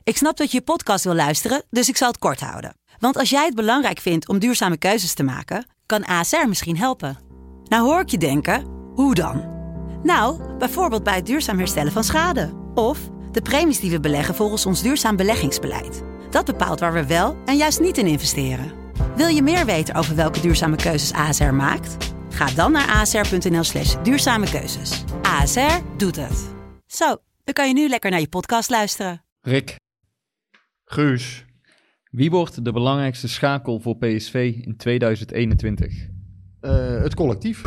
Ik snap dat je podcast wil luisteren, dus ik zal het kort houden. Want als jij het belangrijk vindt om duurzame keuzes te maken, kan ASR misschien helpen. Nou hoor ik je denken, hoe dan? Nou, bijvoorbeeld bij het duurzaam herstellen van schade. Of de premies die we beleggen volgens ons duurzaam beleggingsbeleid. Dat bepaalt waar we wel en juist niet in investeren. Wil je meer weten over welke duurzame keuzes ASR maakt? Ga dan naar asr.nl/duurzame keuzes. ASR doet het. Zo, dan kan je nu lekker naar je podcast luisteren. Rick, Guus. wie wordt de belangrijkste schakel voor PSV in 2021? Het collectief.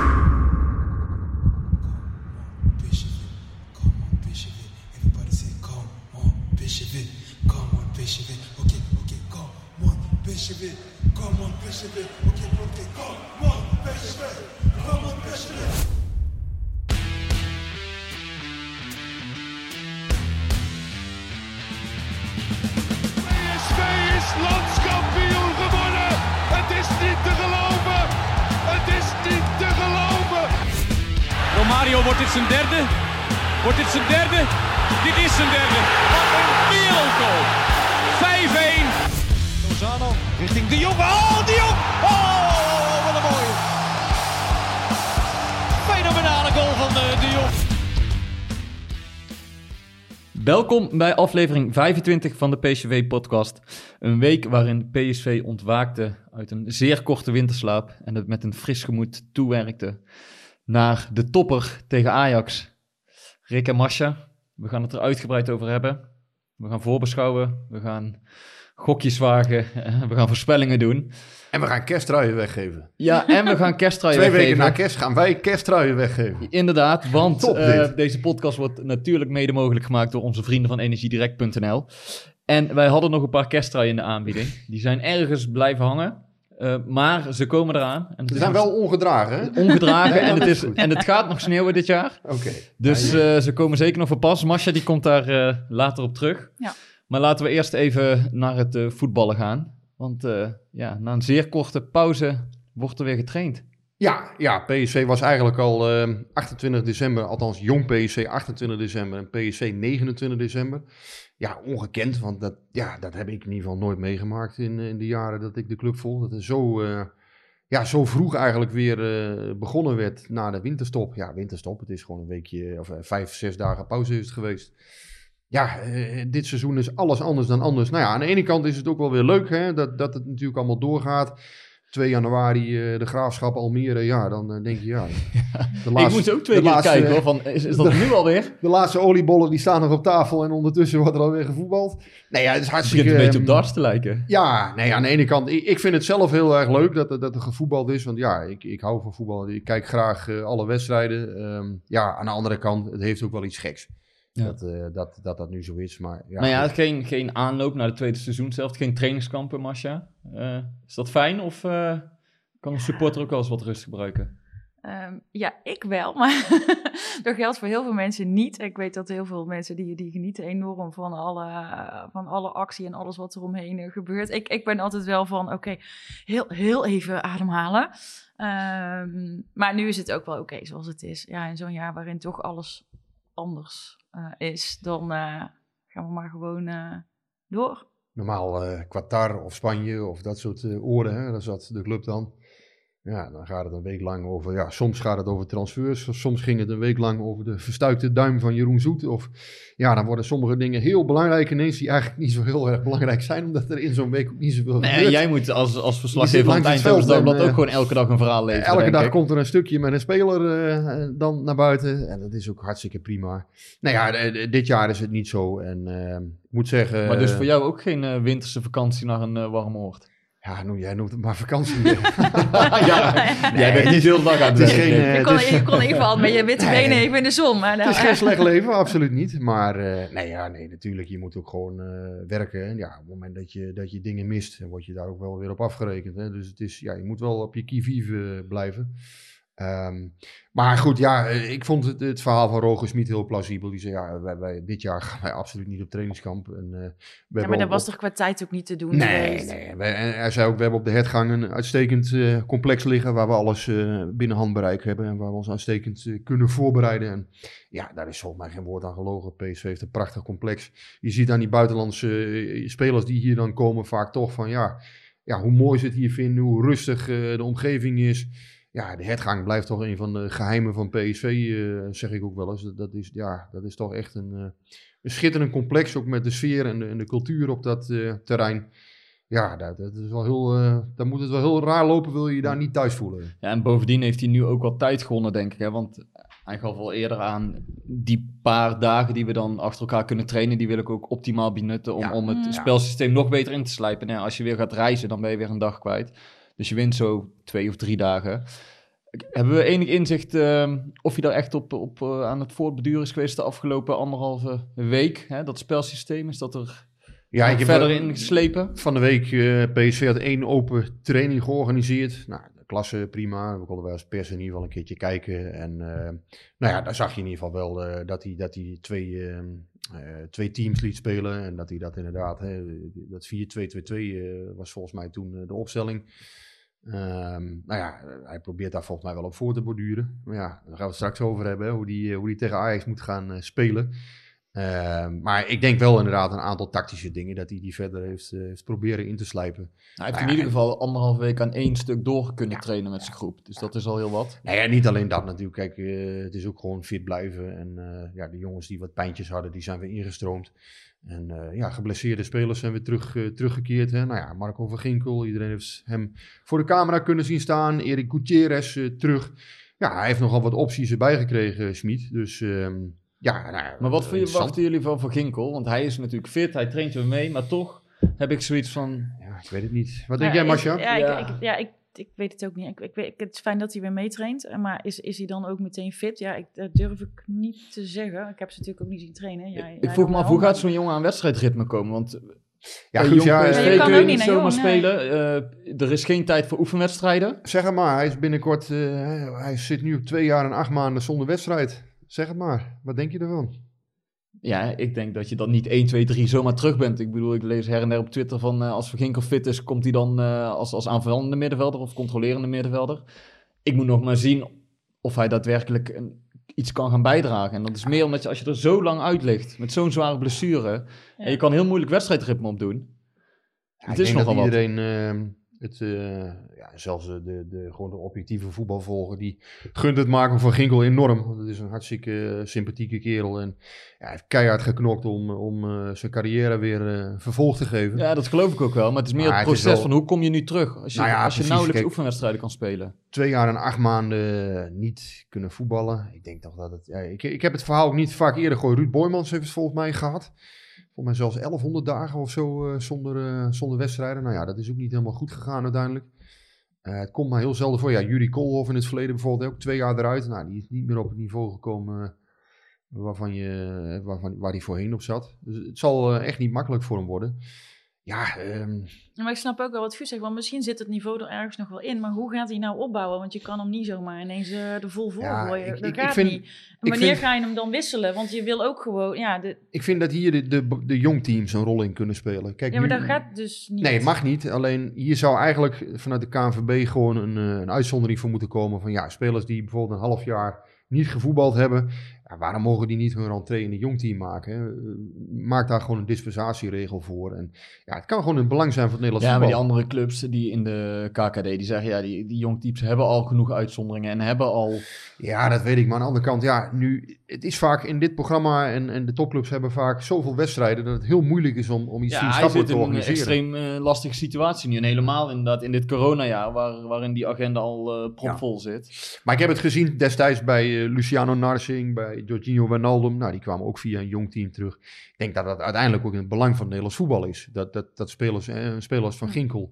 PSV is landskampioen gewonnen. Het is niet te geloven. Het is niet te geloven. Romario, wordt dit zijn derde? Wordt dit zijn derde? Dit is zijn derde. Wat een wereldgoal. 5-1. Lozano richting De Jong. Oh, De Jong. Oh, wat een mooie. Fenomenale goal van De Jong. Welkom bij aflevering 25 van de PSV-podcast. Een week waarin PSV ontwaakte uit een zeer korte winterslaap en het met een fris gemoed toewerkte naar de topper tegen Ajax. Rick en Masha, we gaan het er uitgebreid over hebben. We gaan voorbeschouwen, we gaan gokjes wagen, we gaan voorspellingen doen. En we gaan kersttruien weggeven. Ja, en we gaan kersttruien 2 weggeven. weken na kerst gaan wij kersttruien weggeven. Inderdaad, want Top dit. deze podcast wordt natuurlijk mede mogelijk gemaakt door onze vrienden van energiedirect.nl. En wij hadden nog een paar kersttruien in de aanbieding. Die zijn ergens blijven hangen, maar ze komen eraan. En het Ze is zijn nog wel ongedragen, hè? ongedragen Ja, en, dat het is is, goed. en het gaat nog sneeuwen dit jaar. Oké. Dus Ja, ze komen zeker nog voor pas. Masha die komt daar later op terug. Ja. Maar laten we eerst even naar het voetballen gaan. Want na een zeer korte pauze wordt er weer getraind. ja, PSV was eigenlijk al 28 december, althans jong PSV 28 december en PSV 29 december. Ja, ongekend, want dat heb ik in ieder geval nooit meegemaakt in de jaren dat ik de club volg. Dat er zo vroeg eigenlijk weer begonnen werd na de winterstop. Ja, winterstop, het is gewoon een weekje of 5, 6 dagen pauze is het geweest. Ja, dit seizoen is alles anders dan anders. Nou ja, aan de ene kant is het ook wel weer leuk, hè, dat het natuurlijk allemaal doorgaat. 2 januari, de Graafschap Almere, ja, dan denk je, ja. Ik moest ook 2 keer kijken hoor, van, is dat nu alweer? De laatste oliebollen die staan nog op tafel en ondertussen wordt er alweer gevoetbald. Nee, ja, het is Het hartstikke... begint een beetje op darts te lijken. Ja, nee, aan de ene kant, ik vind het zelf heel erg leuk dat er gevoetbald is. Want ja, ik hou van voetbal. Ik kijk graag alle wedstrijden. Aan de andere kant, het heeft ook wel iets geks. Ja. Dat nu zo is. Maar ja, Nou ja, goed. geen aanloop naar het tweede seizoen zelf, geen trainingskampen, Masha. Is dat fijn of kan een supporter ook wel eens wat rust gebruiken? Ja, ik wel, maar dat geldt voor heel veel mensen niet. Ik weet dat heel veel mensen die genieten enorm van alle actie en alles wat er omheen gebeurt. Ik ben altijd wel van, oké, heel even ademhalen. Maar nu is het ook wel oké zoals het is. Ja, in zo'n jaar waarin toch alles anders is, dan gaan we maar gewoon door. Normaal Qatar of Spanje of dat soort oren, hè, daar zat de club dan. Ja, dan gaat het een week lang over, ja, soms gaat het over transfers, soms ging het een week lang over de verstuikte duim van Jeroen Zoet. Of ja, dan worden sommige dingen heel belangrijk ineens die eigenlijk niet zo heel erg belangrijk zijn, omdat er in zo'n week ook niet zoveel Nee, gebeurt. jij moet als Je zit verslaggever van het langs het veld Eindhoven Dagblad en, ook gewoon elke dag een verhaal leveren. Elke denk dag ik. komt er een stukje met een speler dan naar buiten. En dat is ook hartstikke prima. Nou ja, dit jaar is het niet zo. En ik moet zeggen... Maar dus voor jou ook geen winterse vakantie naar een warm oord? Ja, jij noemt het maar vakantie. Jij bent niet de hele dag aan het Het is werk. geen, Rick. Je kon in ieder geval met je witte benen even in de zon. Maar Het nou, is geen slecht leven, absoluut niet. Maar natuurlijk, je moet ook gewoon werken. En ja, op het moment dat je dingen mist, dan word je daar ook wel weer op afgerekend. Hè. Dus het is, ja, je moet wel op je qui vive blijven. Maar goed, ja, ik vond het verhaal van Roger Smit heel plausibel. Die zei, ja, wij dit jaar gaan wij absoluut niet op trainingskamp. En, maar dat was toch qua tijd ook niet te doen geweest? Nee. En hij zei ook, we hebben op de hertgang een uitstekend complex liggen, waar we alles binnen handbereik hebben en waar we ons uitstekend kunnen voorbereiden. En ja, daar is volgens mij geen woord aan gelogen. PSV heeft een prachtig complex. Je ziet aan die buitenlandse spelers die hier dan komen vaak toch van, ja, hoe mooi ze het hier vinden, hoe rustig de omgeving is. Ja, de hertgang blijft toch een van de geheimen van PSV, zeg ik ook wel eens. Dat is toch echt een schitterend complex, ook met de sfeer en de cultuur op dat terrein. Ja, dat is wel heel, dan moet het wel heel raar lopen, wil je je daar niet thuis voelen. Ja, en bovendien heeft hij nu ook wel tijd gewonnen, denk ik. Hè? Want hij gaf al eerder aan, die paar dagen die we dan achter elkaar kunnen trainen, die wil ik ook optimaal benutten om het spelsysteem nog beter in te slijpen. Nou, als je weer gaat reizen, dan ben je weer een dag kwijt. Dus je wint zo 2 of 3 dagen. Hebben we enig inzicht of je daar echt op aan het voortbeduren is geweest de afgelopen 1,5 week? Hè? Dat spelsysteem, is dat er verder in geslepen? Van de week, PSV had 1 open training georganiseerd. Nou, de klasse prima. We konden wel als pers in ieder geval een keertje kijken. En daar zag je in ieder geval wel dat hij 2 teams liet spelen. En dat hij dat inderdaad, dat 4-2-2-2 was volgens mij toen de opstelling. Hij probeert daar volgens mij wel op voor te borduren. Maar ja, daar gaan we het straks over hebben, hè, hoe die tegen Ajax moet gaan spelen. Maar ik denk wel inderdaad een aantal tactische dingen dat hij die verder heeft proberen in te slijpen. Hij heeft in ieder geval 1,5 week aan 1 stuk door kunnen trainen met zijn groep. Dus dat is al heel wat. Nou ja, niet alleen dat natuurlijk. Kijk, het is ook gewoon fit blijven. En de jongens die wat pijntjes hadden, die zijn weer ingestroomd. En geblesseerde spelers zijn weer teruggekeerd. Hè? Nou ja, Marco van Ginkel, iedereen heeft hem voor de camera kunnen zien staan. Erik Gutierrez terug. Ja, hij heeft nogal wat opties erbij gekregen, Smit. Dus maar wat verwachten jullie van Ginkel? Want hij is natuurlijk fit, hij traint weer mee, maar toch heb ik zoiets van... Ja, ik weet het niet. Wat denk jij, Masha? Ik weet het ook niet. Het is fijn dat hij weer meetraint, maar is hij dan ook meteen fit? Ja, dat durf ik niet te zeggen. Ik heb ze natuurlijk ook niet zien trainen. Ik vroeg me af, hoe gaat zo'n jongen aan wedstrijdritme komen? Want ja, goed, PSV kun je niet zomaar spelen. Er is geen tijd voor oefenwedstrijden. Zeg het maar, hij is binnenkort... hij zit nu op 2 jaar en 8 maanden zonder wedstrijd. Zeg het maar, wat denk je ervan? Ja, ik denk dat je dan niet 1, 2, 3 zomaar terug bent. Ik bedoel, ik lees her en der op Twitter van als Van Ginkel fit is, komt hij dan als aanvallende middenvelder of controlerende middenvelder. Ik moet nog maar zien of hij daadwerkelijk iets kan gaan bijdragen. En dat is meer omdat als je er zo lang uit ligt, met zo'n zware blessure, en je kan heel moeilijk wedstrijdritme opdoen. Ja, het is nogal wat. Iedereen... zelfs gewoon de objectieve voetbalvolger, die gunt het Marco van Ginkel enorm. Want het is een hartstikke sympathieke kerel. En hij heeft keihard geknokt om zijn carrière weer vervolg te geven. Ja, dat geloof ik ook wel. Maar het is meer het proces van hoe kom je nu terug? Als je nauwelijks oefenwedstrijden kan spelen. 2 jaar en 8 maanden niet kunnen voetballen. Ik denk toch dat het... Ja, ik heb het verhaal ook niet vaak eerder gehoord. Ruud Boijmans heeft het volgens mij gehad. Volgens mij zelfs 1100 dagen of zo zonder wedstrijden. Nou ja, dat is ook niet helemaal goed gegaan uiteindelijk. Het komt maar heel zelden voor. Ja, Juri Koolhof in het verleden bijvoorbeeld ook 2 jaar eruit. Nou, die is niet meer op het niveau gekomen waar hij voorheen op zat. Dus het zal echt niet makkelijk voor hem worden. Ja, maar ik snap ook wel wat Guus zegt, want misschien zit het niveau er ergens nog wel in, maar hoe gaat hij nou opbouwen? Want je kan hem niet zomaar ineens er vol voor gooien. Dat gaat niet. En wanneer ga je hem dan wisselen? Want je wil ook gewoon... Ik vind dat hier de jongteams een rol in kunnen spelen. Kijk, maar dat gaat dus niet. Nee, het mag niet. Alleen hier zou eigenlijk vanuit de KNVB gewoon een uitzondering voor moeten komen van spelers die bijvoorbeeld een half jaar niet gevoetbald hebben. Ja, waarom mogen die niet hun rentree in een jongteam maken? Hè? Maak daar gewoon een dispensatieregel voor. En het kan gewoon in het belang zijn van het Nederlands voetbal. Maar die andere clubs die in de KKD, die zeggen die jongteams hebben al genoeg uitzonderingen en hebben al... Ja, dat weet ik. Maar aan de andere kant, het is vaak in dit programma en de topclubs hebben vaak zoveel wedstrijden dat het heel moeilijk is om iets vriendschappelijk te organiseren. Ja, hij zit in een extreem lastige situatie nu. En helemaal inderdaad in dit coronajaar waarin die agenda al propvol zit. Maar ik heb het gezien destijds bij Luciano Narsing, bij Jorginho Wijnaldum. Nou, die kwamen ook via een jong team terug. Ik denk dat dat uiteindelijk ook in het belang van het Nederlands voetbal is. Dat spelers van Ginkel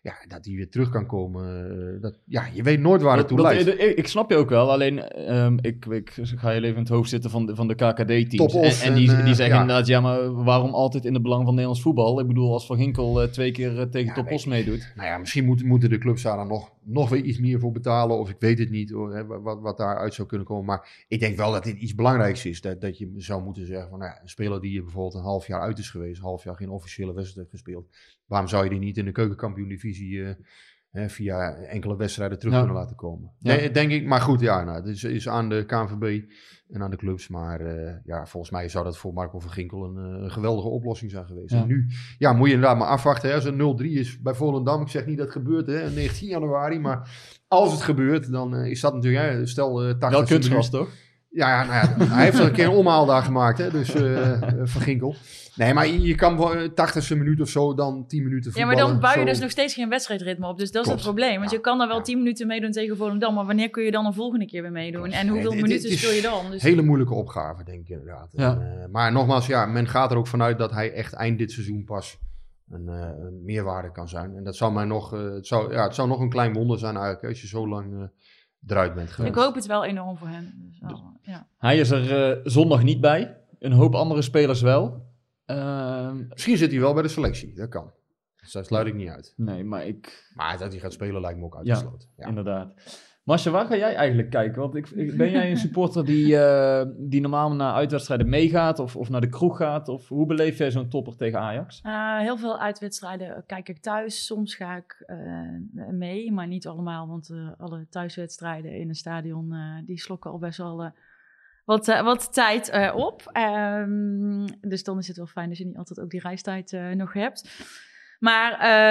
dat die weer terug kan komen. Je weet nooit waar het toe leidt. Ik snap je ook wel, alleen ik ga heel even in het hoofd zitten van de KKD-teams. Top-Os En die zeggen inderdaad, maar waarom altijd in het belang van Nederlands voetbal? Ik bedoel, als Van Ginkel 2 keer tegen Top-Os meedoet. Nou ja, misschien moeten de clubs daar dan nog weer iets meer voor betalen. Of ik weet het niet, wat daaruit zou kunnen komen. Maar ik denk wel dat dit iets belangrijks is. Dat je zou moeten zeggen van, een speler die bijvoorbeeld een half jaar uit is geweest. Een half jaar geen officiële wedstrijd heeft gespeeld. Waarom zou je die niet in de keukenkampioen-divisie via enkele wedstrijden terug kunnen laten komen? Ja. Nee, denk ik. Maar goed, het is aan de KNVB en aan de clubs. Maar volgens mij zou dat voor Marco van Ginkel een geweldige oplossing zijn geweest. Ja. En nu moet je inderdaad maar afwachten. Hè. Als het 0-3 is bij Volendam, ik zeg niet dat het gebeurt, 19 januari. Maar als het gebeurt, dan is dat natuurlijk, stel 80 Wel kunstgras, toch? Ja, hij heeft er een keer een omhaal daar gemaakt, hè, dus Van Ginkel. Nee, maar je kan 80ste minuut of zo dan 10 minuten voetballen. Ja, maar dan bouw je dus nog steeds geen wedstrijdritme op. Dus dat is het probleem. Want je kan dan wel 10 minuten meedoen tegen Volendam. Maar wanneer kun je dan een volgende keer weer meedoen? En hoeveel minuten speel je dan? Dus hele moeilijke opgave, denk ik inderdaad. Ja. Maar nogmaals, men gaat er ook vanuit dat hij echt eind dit seizoen pas een meerwaarde kan zijn. En dat zou mij nog, het zou nog een klein wonder zijn eigenlijk, als je zo lang eruit bent geweest. ik hoop het wel enorm voor hem. Dus, Hij is er zondag niet bij. Een hoop andere spelers wel. Misschien zit hij wel bij de selectie, dat kan. Dus dat sluit ik niet uit. Nee, maar Maar dat hij gaat spelen lijkt me ook uitgesloten. Ja. Inderdaad. Marcia, waar ga jij eigenlijk kijken? Want ben jij een supporter die normaal naar uitwedstrijden meegaat of naar de kroeg gaat? Of hoe beleef jij zo'n topper tegen Ajax? Heel veel uitwedstrijden kijk ik thuis. Soms ga ik mee, maar niet allemaal. Want alle thuiswedstrijden in een stadion die slokken al best wel wat tijd op. Dus dan is het wel fijn dat je niet altijd ook die reistijd nog hebt. Maar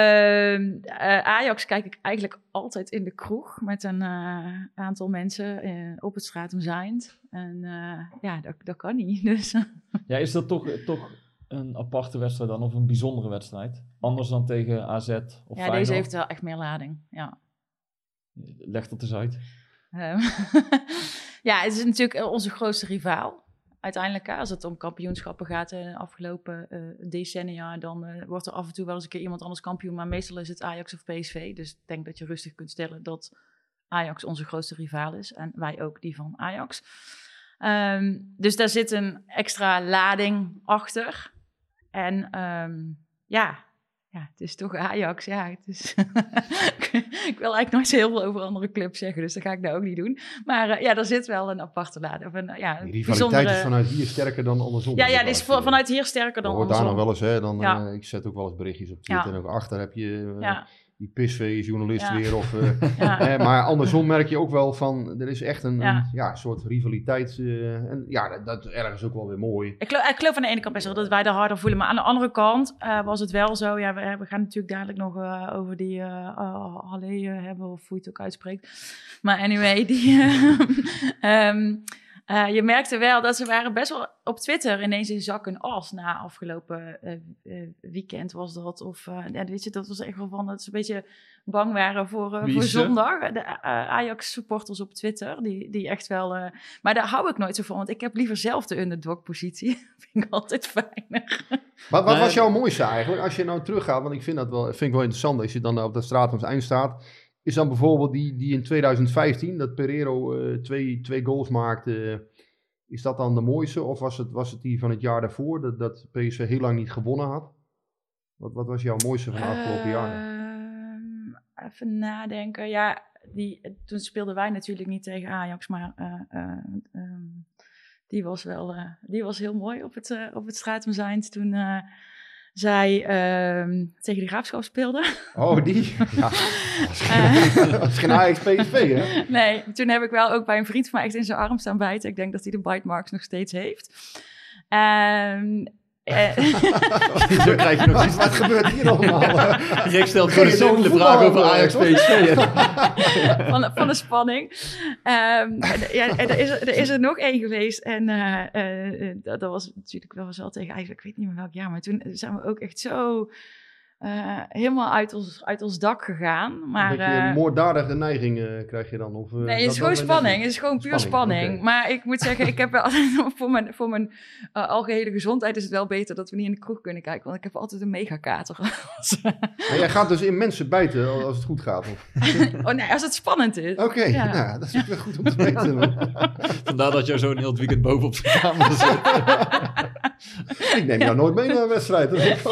Ajax kijk ik eigenlijk altijd in de kroeg met een aantal mensen op het Stratum Zijnd. En dat kan niet. Dus. Ja, is dat toch een aparte wedstrijd dan of een bijzondere wedstrijd? Anders dan tegen AZ of Feyenoord? Deze heeft wel echt meer lading, ja. Leg dat eens uit. Het is natuurlijk onze grootste rivaal. Uiteindelijk, als het om kampioenschappen gaat in de afgelopen decennia, dan wordt er af en toe wel eens een keer iemand anders kampioen. Maar meestal is het Ajax of PSV. Dus ik denk dat je rustig kunt stellen dat Ajax onze grootste rivaal is. En wij ook die van Ajax. Dus daar zit een extra lading achter. En het is toch Ajax. Ja, het is ik wil eigenlijk nooit zo heel veel over andere clubs zeggen, dus dat ga ik nou ook niet doen. Maar daar zit wel een aparte lading. Die rivaliteit is vanuit hier sterker dan andersom. Ja, die is vanuit hier sterker dan andersom. Daar nog wel eens, hè? Ik zet ook wel eens berichtjes op Twitter. En ook achter heb je die pisvee-journalist weer. Of, maar andersom merk je ook wel van, er is echt een soort rivaliteit. Dat is ergens ook wel weer mooi. Ik geloof aan de ene kant best wel dat wij daar harder voelen. Maar aan de andere kant was het wel zo. Ja, we gaan natuurlijk dadelijk nog over die Halle hebben, of hoe je het ook uitspreekt. Maar anyway, je merkte wel dat ze waren best wel op Twitter ineens in zak en as na afgelopen weekend was dat. Of weet je, dat was echt wel van dat ze een beetje bang waren voor zondag. De Ajax-supporters op Twitter, die echt wel... maar daar hou ik nooit zo van, want ik heb liever zelf de underdog-positie. Vind ik altijd fijner. Wat was jouw mooiste eigenlijk, als je nou teruggaat? Want ik vind ik wel interessant, als je dan op de Stratums eind staat. Is dan bijvoorbeeld die in 2015, dat Pereiro twee goals maakte, is dat dan de mooiste? Of was het die van het jaar daarvoor, dat PSV heel lang niet gewonnen had? Wat was jouw mooiste van de afgelopen jaren? Even nadenken. Ja, toen speelden wij natuurlijk niet tegen Ajax, maar die was heel mooi op het Stratum Zijnd toen... zij tegen de Graafschap speelde. Oh, die? Ja. Dat is geen Ajax PSV, hè? Nee, toen heb ik wel ook bij een vriend van mij echt in zijn arm staan bijten. Ik denk dat hij de bite marks nog steeds heeft. Zo krijg je nog iets. Wat gebeurt hier allemaal? Rick stelt gewoon een simpele vraag over Ajax PSV. Van de spanning. Er is er nog één geweest. En dat was natuurlijk wel tegen eigenlijk, ik weet niet meer welk jaar. Maar toen zijn we ook echt zo helemaal uit ons dak gegaan. Maar, een beetje een moorddadige neiging krijg je dan? Of, nee, het is gewoon spanning. Het is gewoon puur spanning. Okay. Maar ik moet zeggen, ik heb wel voor mijn algehele gezondheid is het wel beter dat we niet in de kroeg kunnen kijken. Want ik heb altijd een megakater. Maar jij gaat dus in mensen bijten als het goed gaat? Of? Oh nee, als het spannend is. Oké, Ja. Nou, dat is ook wel goed om te weten. Vandaar dat je zo een heel het weekend boven op zijn kamer zit. Ik neem jou nooit mee naar een wedstrijd.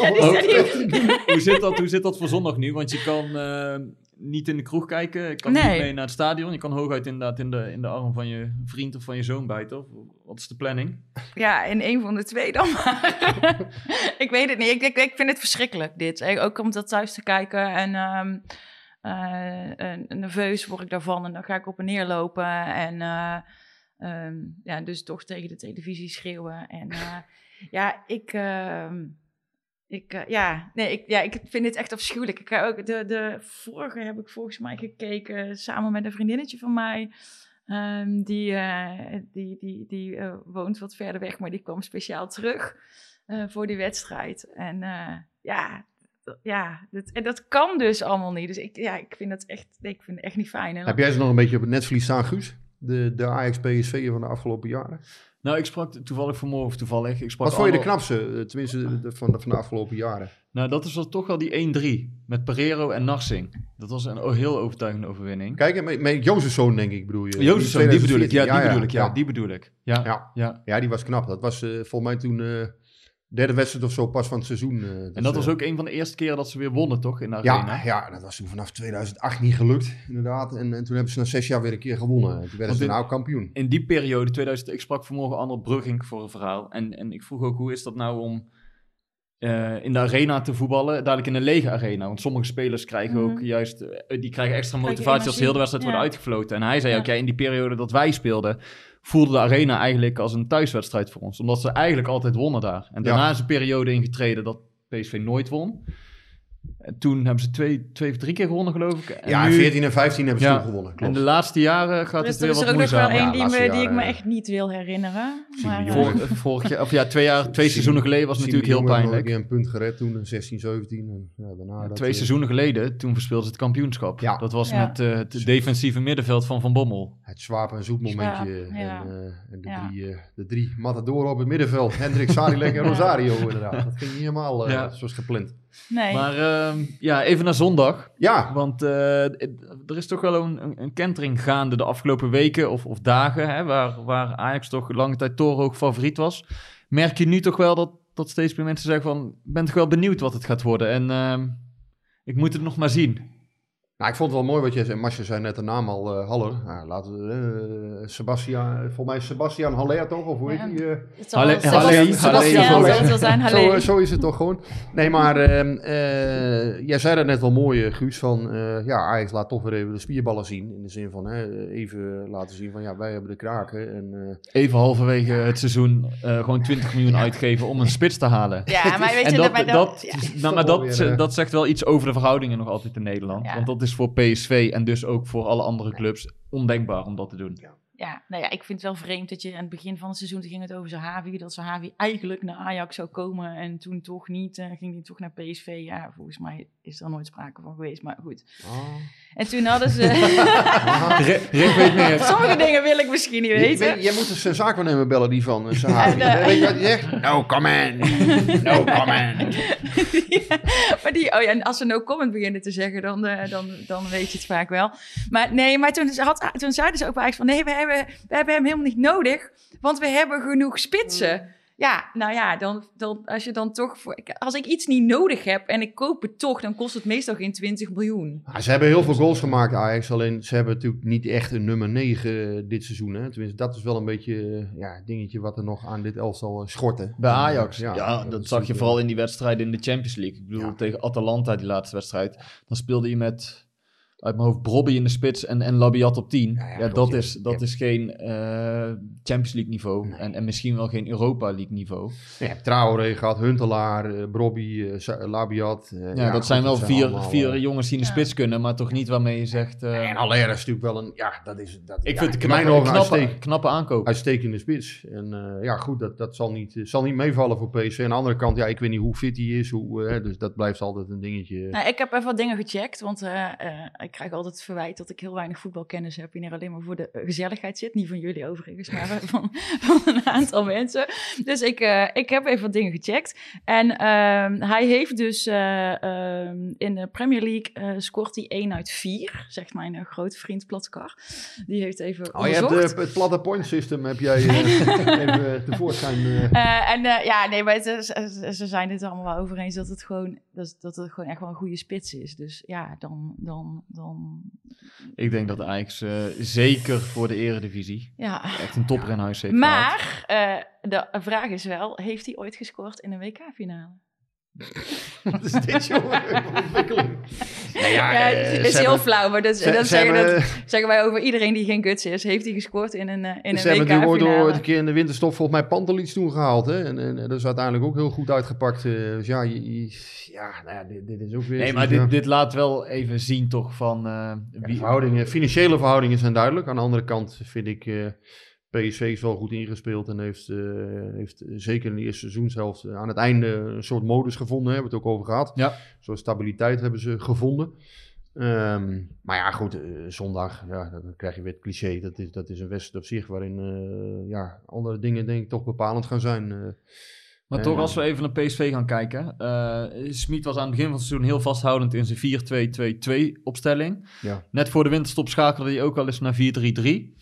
Hoe zit dat voor zondag nu? Want je kan niet in de kroeg kijken. Je kan niet mee naar het stadion. Je kan hooguit inderdaad in de arm van je vriend of van je zoon bijten. Of wat is de planning? Ja, in een van de twee dan maar. Ik weet het niet. Ik vind het verschrikkelijk, dit. Ook om dat thuis te kijken. En nerveus word ik daarvan. En dan ga ik op en neer lopen. En dus toch tegen de televisie schreeuwen. En ik vind het echt afschuwelijk. Ik ga ook de vorige heb ik volgens mij gekeken samen met een vriendinnetje van mij. Die woont wat verder weg, maar die kwam speciaal terug voor die wedstrijd. En dat kan dus allemaal niet. Dus ik vind het echt niet fijn. Heb jij ze nog een beetje op het netvlies staan, Guus? De Ajax-PSV van de afgelopen jaren? Nou, ik sprak toevallig vanmorgen. Wat vond je de knapste, tenminste van de afgelopen jaren? Nou, dat is toch wel die 1-3 met Pereiro en Narsing. Dat was een heel overtuigende overwinning. Kijk, met Jozefzoon denk ik bedoel je. Jozefzoon, die bedoel ik. Die bedoel ik. Ja, die was knap. Dat was volgens mij toen derde wedstrijd of zo pas van het seizoen. En dat was ook een van de eerste keren dat ze weer wonnen, toch? In de arena. Ja, dat was toen vanaf 2008 niet gelukt, inderdaad. En toen hebben ze na 6 jaar weer een keer gewonnen. En toen werden ze nou kampioen. In die periode, ik sprak vanmorgen Arnold Brugging voor een verhaal. En ik vroeg ook, hoe is dat nou om in de arena te voetballen, dadelijk in een lege arena? Want sommige spelers krijgen ook juist, die krijgen extra motivatie als de hele wedstrijd wordt uitgefloten. En hij zei ook, in die periode dat wij speelden, voelde de arena eigenlijk als een thuiswedstrijd voor ons. Omdat ze eigenlijk altijd wonnen daar. En daarna is een periode ingetreden dat PSV nooit won. En toen hebben ze 2 of 3 keer gewonnen, geloof ik. En nu, 14 en 15 hebben ze toen gewonnen. Klopt. En de laatste jaren gaat het weer wat moeizamer. Er is ook nog wel één die ik me echt niet wil herinneren. Maar, 2 seizoenen geleden was het natuurlijk heel pijnlijk. Een punt gered toen, 16, 17. En daarna 2 seizoenen geleden, toen verspeelden ze het kampioenschap. Ja. Dat was met het defensieve middenveld van Bommel. Het Zwaap en Zoet momentje. En de 3 matadoren op het middenveld. Hendrik, Sadilek en Rosario inderdaad. Dat ging niet helemaal zoals gepland. Nee. Maar even naar zondag. Ja. Want er is toch wel een kentering gaande de afgelopen weken of dagen, hè, waar Ajax toch lange tijd torenhoog favoriet was. Merk je nu toch wel dat steeds meer mensen zeggen van, ik ben toch wel benieuwd wat het gaat worden. En ik moet het nog maar zien. Nou, ik vond het wel mooi wat jij zei. Masje zei net de naam al, Haller. Nou, laten we volgens mij Sebastian Haller toch? Of hoe heet die? Haller. Zo is het toch gewoon. Nee, maar jij zei dat net wel mooi, Guus, van Ajax laat toch weer even de spierballen zien. In de zin van even laten zien van wij hebben de kraken. En, even halverwege het seizoen gewoon 20 miljoen uitgeven om een spits te halen. Ja, maar weet je, dat zegt wel iets over de verhoudingen nog altijd in Nederland. Want dat is voor PSV en dus ook voor alle andere clubs ondenkbaar om dat te doen. Ja, nou ja, ik vind het wel vreemd dat je aan het begin van het seizoen ging het over Zahavi, dat Zahavi eigenlijk naar Ajax zou komen en toen toch niet. Ging hij toch naar PSV. Ja, volgens mij is er nooit sprake van geweest, maar goed. Oh. En toen hadden ze... Rick weet meer. Sommige dingen wil ik misschien niet weten. Jij moet eens zaakwaarnemer bellen die van Zahavi. Weet je wat hij zegt? No comment. No comment. En als ze no comment beginnen te zeggen, dan weet je het vaak wel. Maar toen zeiden ze ook bij Ajax van, nee, we hebben hem helemaal niet nodig, want we hebben genoeg spitsen. Ja, nou ja, dan als je dan toch... Als ik iets niet nodig heb en ik koop het toch, dan kost het meestal geen 20 miljoen. Ja, ze hebben heel veel goals gemaakt, Ajax. Alleen ze hebben natuurlijk niet echt een nummer 9 dit seizoen. Hè? Tenminste, dat is wel een beetje een dingetje wat er nog aan dit elftal schortte. Bij Ajax? Dat zag je vooral in die wedstrijden in de Champions League. Ik bedoel, tegen Atalanta, die laatste wedstrijd. Dan speelde je met... uit mijn hoofd Brobby in de spits en Labiat op 10. Ja, Dat is geen Champions League niveau. Nee. En misschien wel geen Europa League niveau. Je hebt Traoré gehad, Huntelaar, Brobby, Labiat. Dat zijn wel allemaal, vier jongens die in de spits kunnen, maar toch niet waarmee je zegt... en Allaire is natuurlijk wel een... Ja, dat is... ik vind het in mijn ogen een knappe aankoop. uitstekende spits. En goed, dat zal niet meevallen voor PSV. Aan de andere kant, ik weet niet hoe fit hij is. Dus dat blijft altijd een dingetje. Nou, ik heb even wat dingen gecheckt, want ik krijg altijd het verwijt dat ik heel weinig voetbalkennis heb en hier alleen maar voor de gezelligheid zit. Niet van jullie overigens, maar van een aantal mensen. Dus ik heb even wat dingen gecheckt. En hij heeft dus in de Premier League scoort hij 1 uit 4, zegt mijn grote vriend Platkar. Die heeft even onderzocht. Je hebt het platte point system, heb jij even tevoorschijn... maar ze zijn het allemaal wel over eens dat het gewoon echt wel een goede spits is. Dus ja, dan... Ik denk dat Ajax zeker voor de eredivisie echt een topper in huis heeft gehaald. Maar de vraag is wel, heeft hij ooit gescoord in een WK-finale? Wat is dit, jongen? Ontwikkeling. Het is heel flauw, maar dat zeggen wij over iedereen die geen guts is. Heeft hij gescoord in een WK-finale? Ze hebben natuurlijk ooit een keer in de winterstop volgens mij Pantelich toen gehaald. Hè? En dat is uiteindelijk ook heel goed uitgepakt. Dus dit is ook weer... Nee, maar dit laat wel even zien toch van... Financiële verhoudingen zijn duidelijk. Aan de andere kant vind ik... PSV is wel goed ingespeeld en heeft zeker in de eerste seizoenshelft aan het einde een soort modus gevonden. Hebben we het ook over gehad. Ja. Zo'n stabiliteit hebben ze gevonden. Zondag, dan krijg je weer het cliché. Dat is een wedstrijd op zich waarin andere dingen denk ik toch bepalend gaan zijn. Maar toch, als we even naar PSV gaan kijken. Smit was aan het begin van het seizoen heel vasthoudend in zijn 4-2-2-2 opstelling. Ja. Net voor de winterstop schakelde hij ook al eens naar 4-3-3.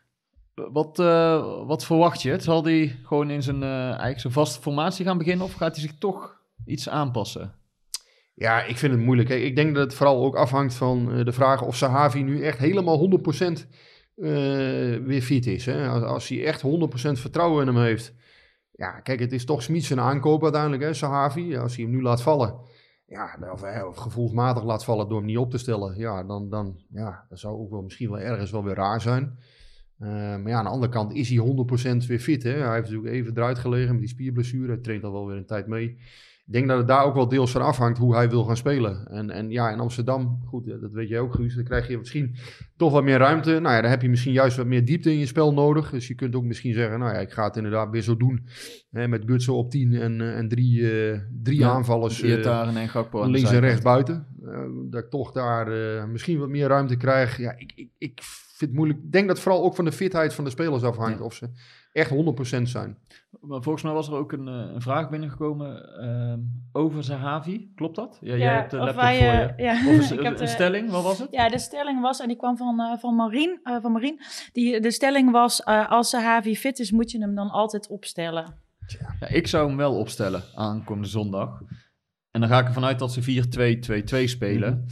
Wat verwacht je? Zal hij gewoon in zijn vaste formatie gaan beginnen of gaat hij zich toch iets aanpassen? Ja, ik vind het moeilijk. Kijk, ik denk dat het vooral ook afhangt van de vraag of Sahavi nu echt helemaal 100% weer fit is. Hè? Als hij echt 100% vertrouwen in hem heeft. Ja, kijk, het is toch Smit zijn aankoop uiteindelijk, hè, Sahavi. Als hij hem nu laat vallen, of gevoelsmatig laat vallen door hem niet op te stellen. Dan zou ook wel misschien wel ergens wel weer raar zijn. Maar aan de andere kant is hij 100% weer fit. Hè? Hij heeft natuurlijk even eruit gelegen met die spierblessure. Hij traint al wel weer een tijd mee. Ik denk dat het daar ook wel deels van afhangt hoe hij wil gaan spelen. En in Amsterdam, goed, dat weet jij ook, Guus, dan krijg je misschien toch wat meer ruimte. Nou ja, dan heb je misschien juist wat meer diepte in je spel nodig. Dus je kunt ook misschien zeggen, ik ga het inderdaad weer zo doen. Hè, met Gutsen op 10 en drie aanvallers. Iataren en Gakpo aan links en rechts buiten. Dat ik toch daar misschien wat meer ruimte krijg. Ja, ik vind het moeilijk. Ik denk dat vooral ook van de fitheid van de spelers afhangt. Of ze echt 100% zijn. Maar volgens mij was er ook een vraag binnengekomen over Sahavi. Klopt dat? Ja, jij Ja, hebt de of laptop wij, voor je. ja. Of Ik heb een stelling, wat was het? Ja, de stelling was, en die kwam van Marien. De stelling was, als Sahavi fit is, moet je hem dan altijd opstellen. Ja, ik zou hem wel opstellen aankomende zondag. En dan ga ik ervan uit dat ze 4-2-2-2 spelen. Mm-hmm.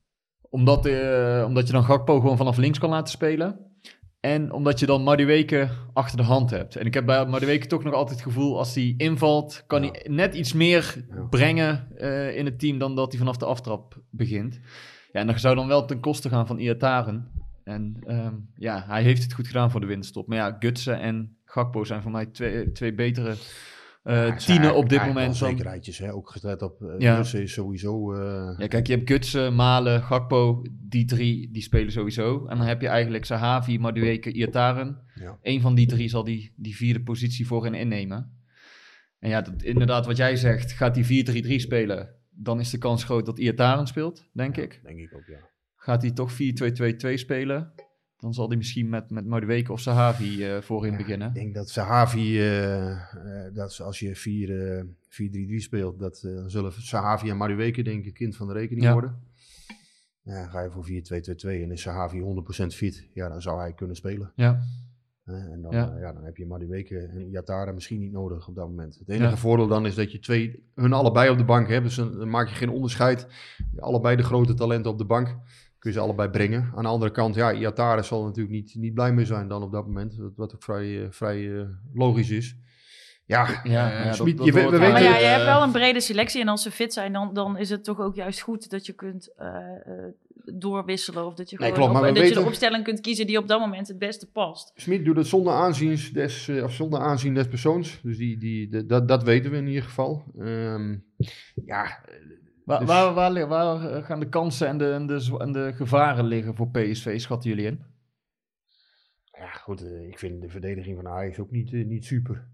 Omdat je dan Gakpo gewoon vanaf links kan laten spelen. En omdat je dan Madueke achter de hand hebt. En ik heb bij Madueke toch nog altijd het gevoel, als hij invalt, kan hij net iets meer brengen in het team dan dat hij vanaf de aftrap begint. Ja, en dat zou dan wel ten koste gaan van Iataren. En hij heeft het goed gedaan voor de winterstop. Maar ja, Gutsen en Gakpo zijn voor mij twee betere tienen op dit moment. Zekerheidjes, hè? Ook gezet op Gutsen is sowieso... Ja, kijk, je hebt Gutsen, Malen, Gakpo, die drie, die spelen sowieso. En dan heb je eigenlijk Sahavi, Madueke, Iataren. Ja. Eén van die drie zal die vierde positie voor hen innemen. En ja, inderdaad, wat jij zegt, gaat die 4-3-3 spelen, dan is de kans groot dat Iataren speelt, denk ik. Denk ik ook, ja. Gaat hij toch 4-2-2-2 spelen, dan zal hij misschien met Madueke of Sahavi voorin beginnen. Ik denk dat Sahavi, dat als je 4-3-3 speelt, dat zullen Sahavi en Madueke denk ik kind van de rekening worden. Ja, ga je voor 4-2-2-2 en is Sahavi 100% fit, ja, dan zou hij kunnen spelen. Ja. En dan heb je Madueke en Iataren misschien niet nodig op dat moment. Het enige voordeel dan is dat je hun allebei op de bank hebt, dus dan maak je geen onderscheid. Allebei de grote talenten op de bank. Kun je ze allebei brengen. Aan de andere kant, Iataren zal natuurlijk niet blij mee zijn dan op dat moment. Wat ook vrij logisch is. Je hebt wel een brede selectie. En als ze fit zijn, dan is het toch ook juist goed dat je kunt doorwisselen. Of dat je Nee, gewoon klopt, maar we dat je weten- de opstelling kunt kiezen die op dat moment het beste past. Smit doet het zonder aanzien des persoons. Dus dat weten we in ieder geval. Ja, dus- Waar gaan de kansen en de gevaren liggen voor PSV, schatten jullie in? ja, goed, ik vind de verdediging van Ajax ook niet super.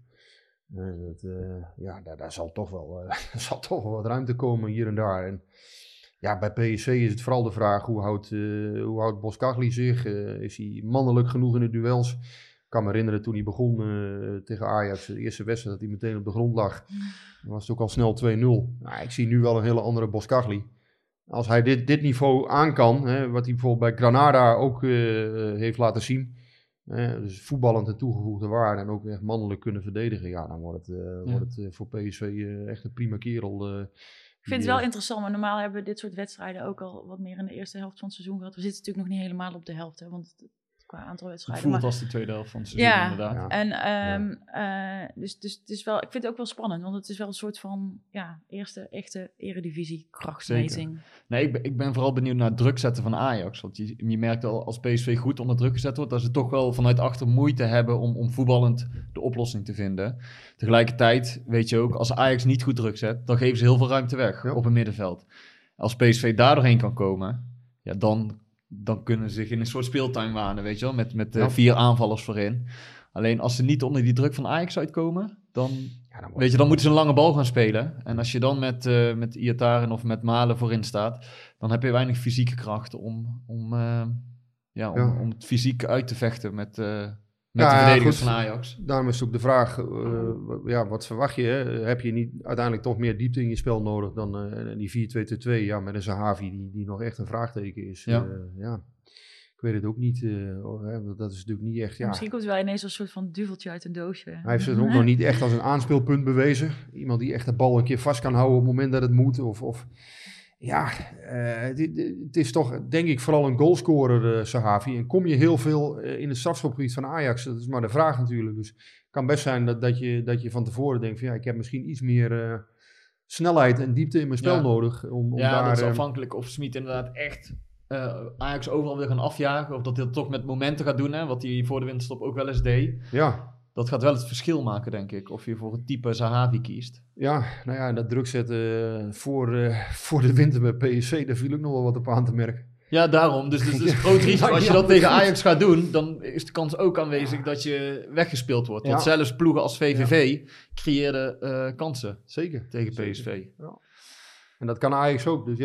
Daar zal toch wel wat ruimte komen hier en daar. En ja, bij PSV is het vooral de vraag hoe houdt Boskagli zich? Is hij mannelijk genoeg in de duels? Ik kan me herinneren toen hij begon tegen Ajax, de eerste wedstrijd, dat hij meteen op de grond lag. Dan was het ook al snel 2-0. Nou, ik zie nu wel een hele andere Boskagli. Als hij dit niveau aan kan, wat hij bijvoorbeeld bij Granada ook heeft laten zien. Dus voetballend en toegevoegde waarde en ook echt mannelijk kunnen verdedigen. Ja, dan wordt het voor PSV echt een prima kerel. Ik vind het wel interessant, maar normaal hebben we dit soort wedstrijden ook al wat meer in de eerste helft van het seizoen gehad. We zitten natuurlijk nog niet helemaal op de helft, hè, want qua aantal Het wedstrijden. voelt maar- als de tweede helft van het seizoen, Ja, inderdaad. en dus het is wel, ik vind het ook wel spannend, want het is wel een soort van eerste echte eredivisie krachtmeting. Nee, ik ben vooral benieuwd naar het druk zetten van Ajax. Want je merkt al, als PSV goed onder druk gezet wordt, dat ze toch wel vanuit achter moeite hebben om voetballend de oplossing te vinden. Tegelijkertijd weet je ook, als Ajax niet goed druk zet, dan geven ze heel veel ruimte weg op het middenveld. Als PSV daar doorheen kan komen, ja, dan kunnen ze zich in een soort speeltuin wanen, weet je wel, met 4 aanvallers voorin. Alleen als ze niet onder die druk van Ajax uitkomen, dan moeten ze een lange bal gaan spelen. En als je dan met Iataren of met Malen voorin staat, dan heb je weinig fysieke kracht om het fysiek uit te vechten met de verdedigers goed. van Ajax. Daarom is het ook de vraag, wat verwacht je? Hè? Heb je niet uiteindelijk toch meer diepte in je spel nodig dan die 4-2-2-2? Ja, met een Zahavi die nog echt een vraagteken is. Ik weet het ook niet. Dat is natuurlijk niet echt... Ja. Misschien komt het wel ineens als een soort van duveltje uit een doosje. Hij heeft zich er ook nog niet echt als een aanspeelpunt bewezen. Iemand die echt de bal een keer vast kan houden op het moment dat het moet. Het is toch denk ik vooral een goalscorer, Zahavi. En kom je heel veel in het strafschopgebied van Ajax? Dat is maar de vraag natuurlijk. Dus het kan best zijn dat je van tevoren denkt van ik heb misschien iets meer snelheid en diepte in mijn spel nodig. Om daar, dat is afhankelijk of Smit inderdaad echt Ajax overal wil gaan afjagen. Of dat hij dat toch met momenten gaat doen, hè, wat hij voor de winterstop ook wel eens deed. Ja. Dat gaat wel het verschil maken, denk ik. Of je voor het type Zahavi kiest. Ja, dat druk zetten voor de winter bij PSV, daar viel ook nog wel wat op aan te merken. Ja, daarom. Dus het is een groot risico. Als je dat tegen Ajax gaat doen, dan is de kans ook aanwezig dat je weggespeeld wordt. Want zelfs ploegen als VVV creëerden kansen. Zeker. Tegen PSV. Ja. En dat kan Ajax ook. Dus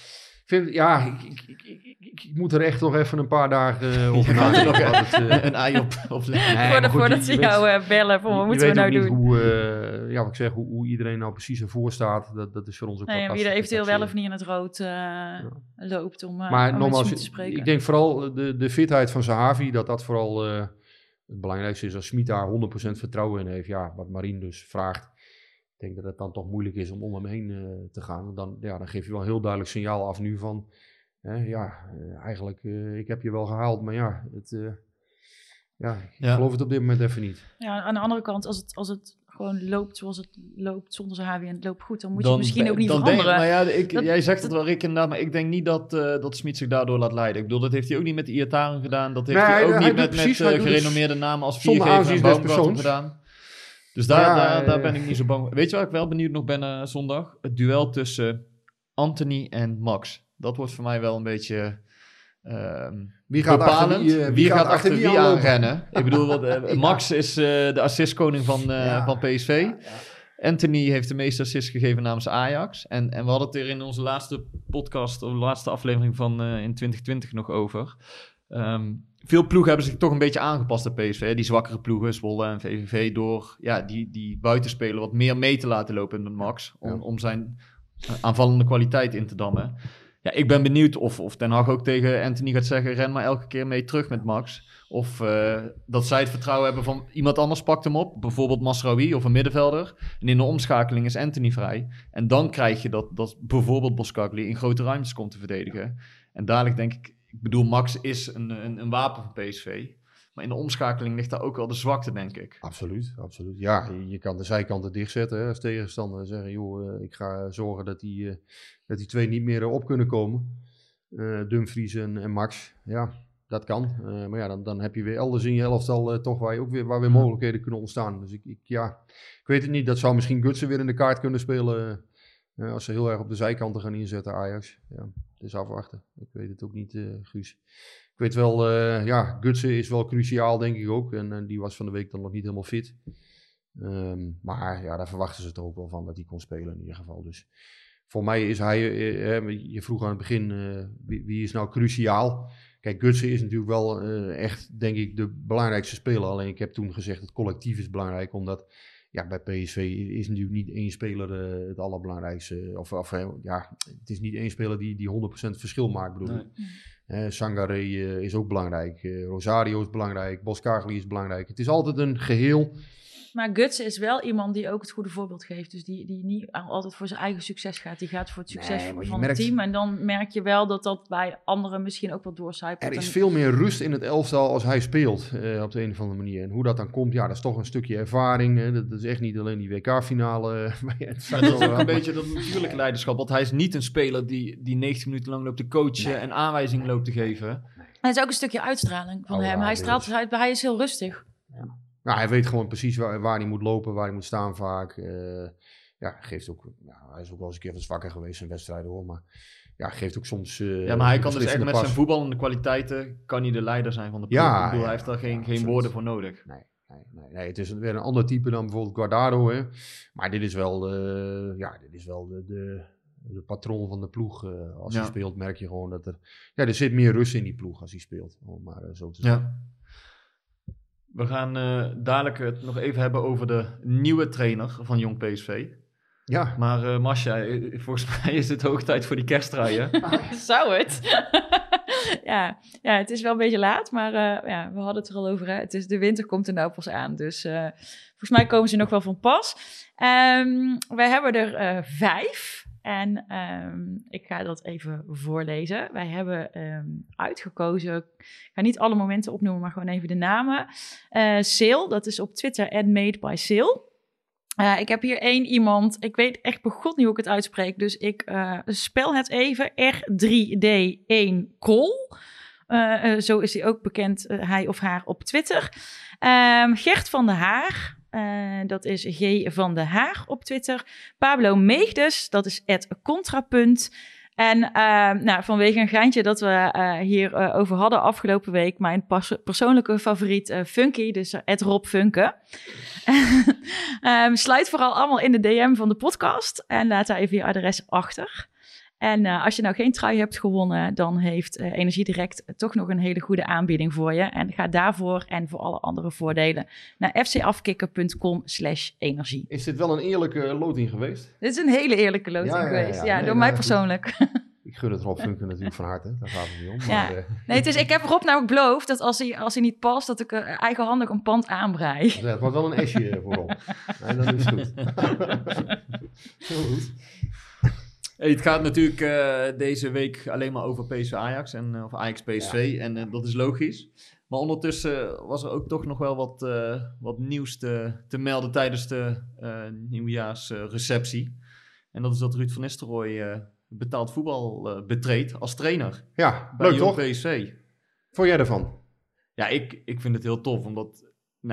ik moet er echt nog even een paar dagen over nadenken. Een ei op leggen. Voordat ze jou bellen, wat moeten we nou doen? Hoe iedereen nou precies ervoor staat, dat is voor ons ook wie er eventueel wel of niet in het rood loopt om maar nogmaals, te spreken. Ik denk vooral de fitheid van Zahavi, dat vooral het belangrijkste is als Smit daar 100% vertrouwen in heeft. Ja, wat Marien dus vraagt. Ik denk dat het dan toch moeilijk is om hem heen te gaan. Dan geef je wel een heel duidelijk signaal af nu van... ik heb je wel gehaald, maar ik geloof het op dit moment even niet. Ja, aan de andere kant, als het gewoon loopt zoals het loopt zonder Zahavi en het loopt goed, dan moet je misschien ook niet veranderen. Jij zegt het wel, Rick, inderdaad, maar ik denk niet dat Smit zich daardoor laat leiden. Ik bedoel, dat heeft hij ook niet met Iataren gedaan. Dat heeft hij ook niet met gerenommeerde namen als Viergever en Baumgarten gedaan. Dus daar ben ik niet zo bang. Weet je waar ik wel benieuwd nog ben zondag? Het duel tussen Anthony en Max. Dat wordt voor mij wel een beetje wie gaat bepalend. Wie gaat achter wie aanrennen? Ik bedoel, Max is de assistkoning van PSV. Anthony heeft de meeste assists gegeven namens Ajax. En we hadden het er in onze laatste podcast, of de laatste aflevering van in 2020 nog over. Veel ploegen hebben zich toch een beetje aangepast aan PSV. Die zwakkere ploegen, Zwolle en VVV, door die buitenspeler wat meer mee te laten lopen met Max. Om zijn aanvallende kwaliteit in te dammen. Ja, ik ben benieuwd of Ten Hag ook tegen Anthony gaat zeggen... ren maar elke keer mee terug met Max. Of dat zij het vertrouwen hebben van iemand anders pakt hem op. Bijvoorbeeld Masraoui of een middenvelder. En in de omschakeling is Anthony vrij. En dan krijg je dat bijvoorbeeld Boskagli in grote ruimtes komt te verdedigen. En dadelijk denk ik... Ik bedoel, Max is een wapen van PSV. Maar in de omschakeling ligt daar ook wel de zwakte, denk ik. Absoluut. Ja, je kan de zijkanten dichtzetten hè, als tegenstander. Zeggen, joh, ik ga zorgen dat die twee niet meer op kunnen komen. Dumfries en Max. Ja, dat kan. Maar ja, dan heb je weer elders in je elftal toch waar weer mogelijkheden kunnen ontstaan. Dus ik weet het niet. Dat zou misschien Gutsen weer in de kaart kunnen spelen als ze heel erg op de zijkanten gaan inzetten, Ajax. Ja, het is afwachten. Ik weet het ook niet, Guus. Ik weet wel, Gutsen is wel cruciaal, denk ik ook. En die was van de week dan nog niet helemaal fit. Maar ja, daar verwachten ze toch ook wel van dat hij kon spelen in ieder geval. Dus voor mij is hij, je vroeg aan het begin, wie is nou cruciaal? Kijk, Gutsen is natuurlijk wel echt, denk ik, de belangrijkste speler. Alleen ik heb toen gezegd, het collectief is belangrijk, omdat bij PSV is natuurlijk niet één speler het allerbelangrijkste. Het is niet één speler die 100% verschil maakt, bedoel ik. Nee. Sangaré is ook belangrijk. Rosario is belangrijk. Boskagli is belangrijk. Het is altijd een geheel. Maar Gutsen is wel iemand die ook het goede voorbeeld geeft. Dus die niet altijd voor zijn eigen succes gaat. Die gaat voor het succes van het team. En dan merk je wel dat bij anderen misschien ook wel doorcijpelt. Er is veel meer rust in het elftal als hij speelt op de een of andere manier. En hoe dat dan komt, dat is toch een stukje ervaring. Dat is echt niet alleen die WK-finale. Dat is ook een beetje dat natuurlijke leiderschap. Want hij is niet een speler die 90 minuten lang loopt te coachen en aanwijzingen loopt te geven. Het is ook een stukje uitstraling van hem. Hij straalt uit, hij is heel rustig. Ja. Nou, hij weet gewoon precies waar hij moet lopen, waar hij moet staan vaak. Geeft ook, hij is ook wel eens een keer wat zwakker geweest in wedstrijden hoor. Maar geeft ook soms... maar hij kan dus echt met zijn voetballende kwaliteiten, kan hij de leider zijn van de ploeg. Ja, ik bedoel, hij heeft daar geen woorden voor nodig. Nee, het is weer een ander type dan bijvoorbeeld Guardado. Hè. Maar dit is wel de patroon van de ploeg. Als hij speelt merk je gewoon dat er zit meer rust in die ploeg als hij speelt. Om maar zo te zeggen. Ja. We gaan dadelijk het nog even hebben over de nieuwe trainer van Jong PSV. Ja. Maar Masja, volgens mij is het hoog tijd voor die kersttrui, hè? Zou het? ja, het is wel een beetje laat, maar we hadden het er al over. Hè? De winter komt er nou pas aan, dus volgens mij komen ze nog wel van pas. We hebben er 5. En ik ga dat even voorlezen. Wij hebben uitgekozen, ik ga niet alle momenten opnoemen, maar gewoon even de namen. Sale, dat is op Twitter @madebysale. Ik heb hier iemand, ik weet echt begot niet hoe ik het uitspreek, dus ik spel het even. R3D1Krol. Zo is hij ook bekend, hij of haar op Twitter. Gert van der Haar. Dat is G van de Haar op Twitter. Pablo Meegdes, dat is @contrapunt. En vanwege een geintje dat we hier over hadden afgelopen week, mijn persoonlijke favoriet Funky, dus @robfunke. Sluit vooral allemaal in de DM van de podcast en laat daar even je adres achter. En als je nou geen trui hebt gewonnen, dan heeft Energie Direct toch nog een hele goede aanbieding voor je. En ga daarvoor en voor alle andere voordelen naar fcafkikker.com/energie. Is dit wel een eerlijke loting geweest? Dit is een hele eerlijke loting geweest. Ja, door mij persoonlijk. Ik gun het Rob Funke natuurlijk van harte. Daar gaat het niet om. Ja. Maar, ik heb Rob namelijk beloofd dat als hij niet past, dat ik eigenhandig een pand aanbrei. Ja, het wordt wel een esje voor Rob. Nee, dat is goed. Heel goed. Hey, het gaat natuurlijk deze week alleen maar over PSV Ajax en of Ajax PSV en dat is logisch. Maar ondertussen was er ook toch nog wel wat nieuws te melden tijdens de nieuwjaarsreceptie. En dat is dat Ruud van Nistelrooy betaald voetbal betreedt als trainer. Ja, bij leuk toch? PSV. Vond jij ervan? Ja, ik vind het heel tof, omdat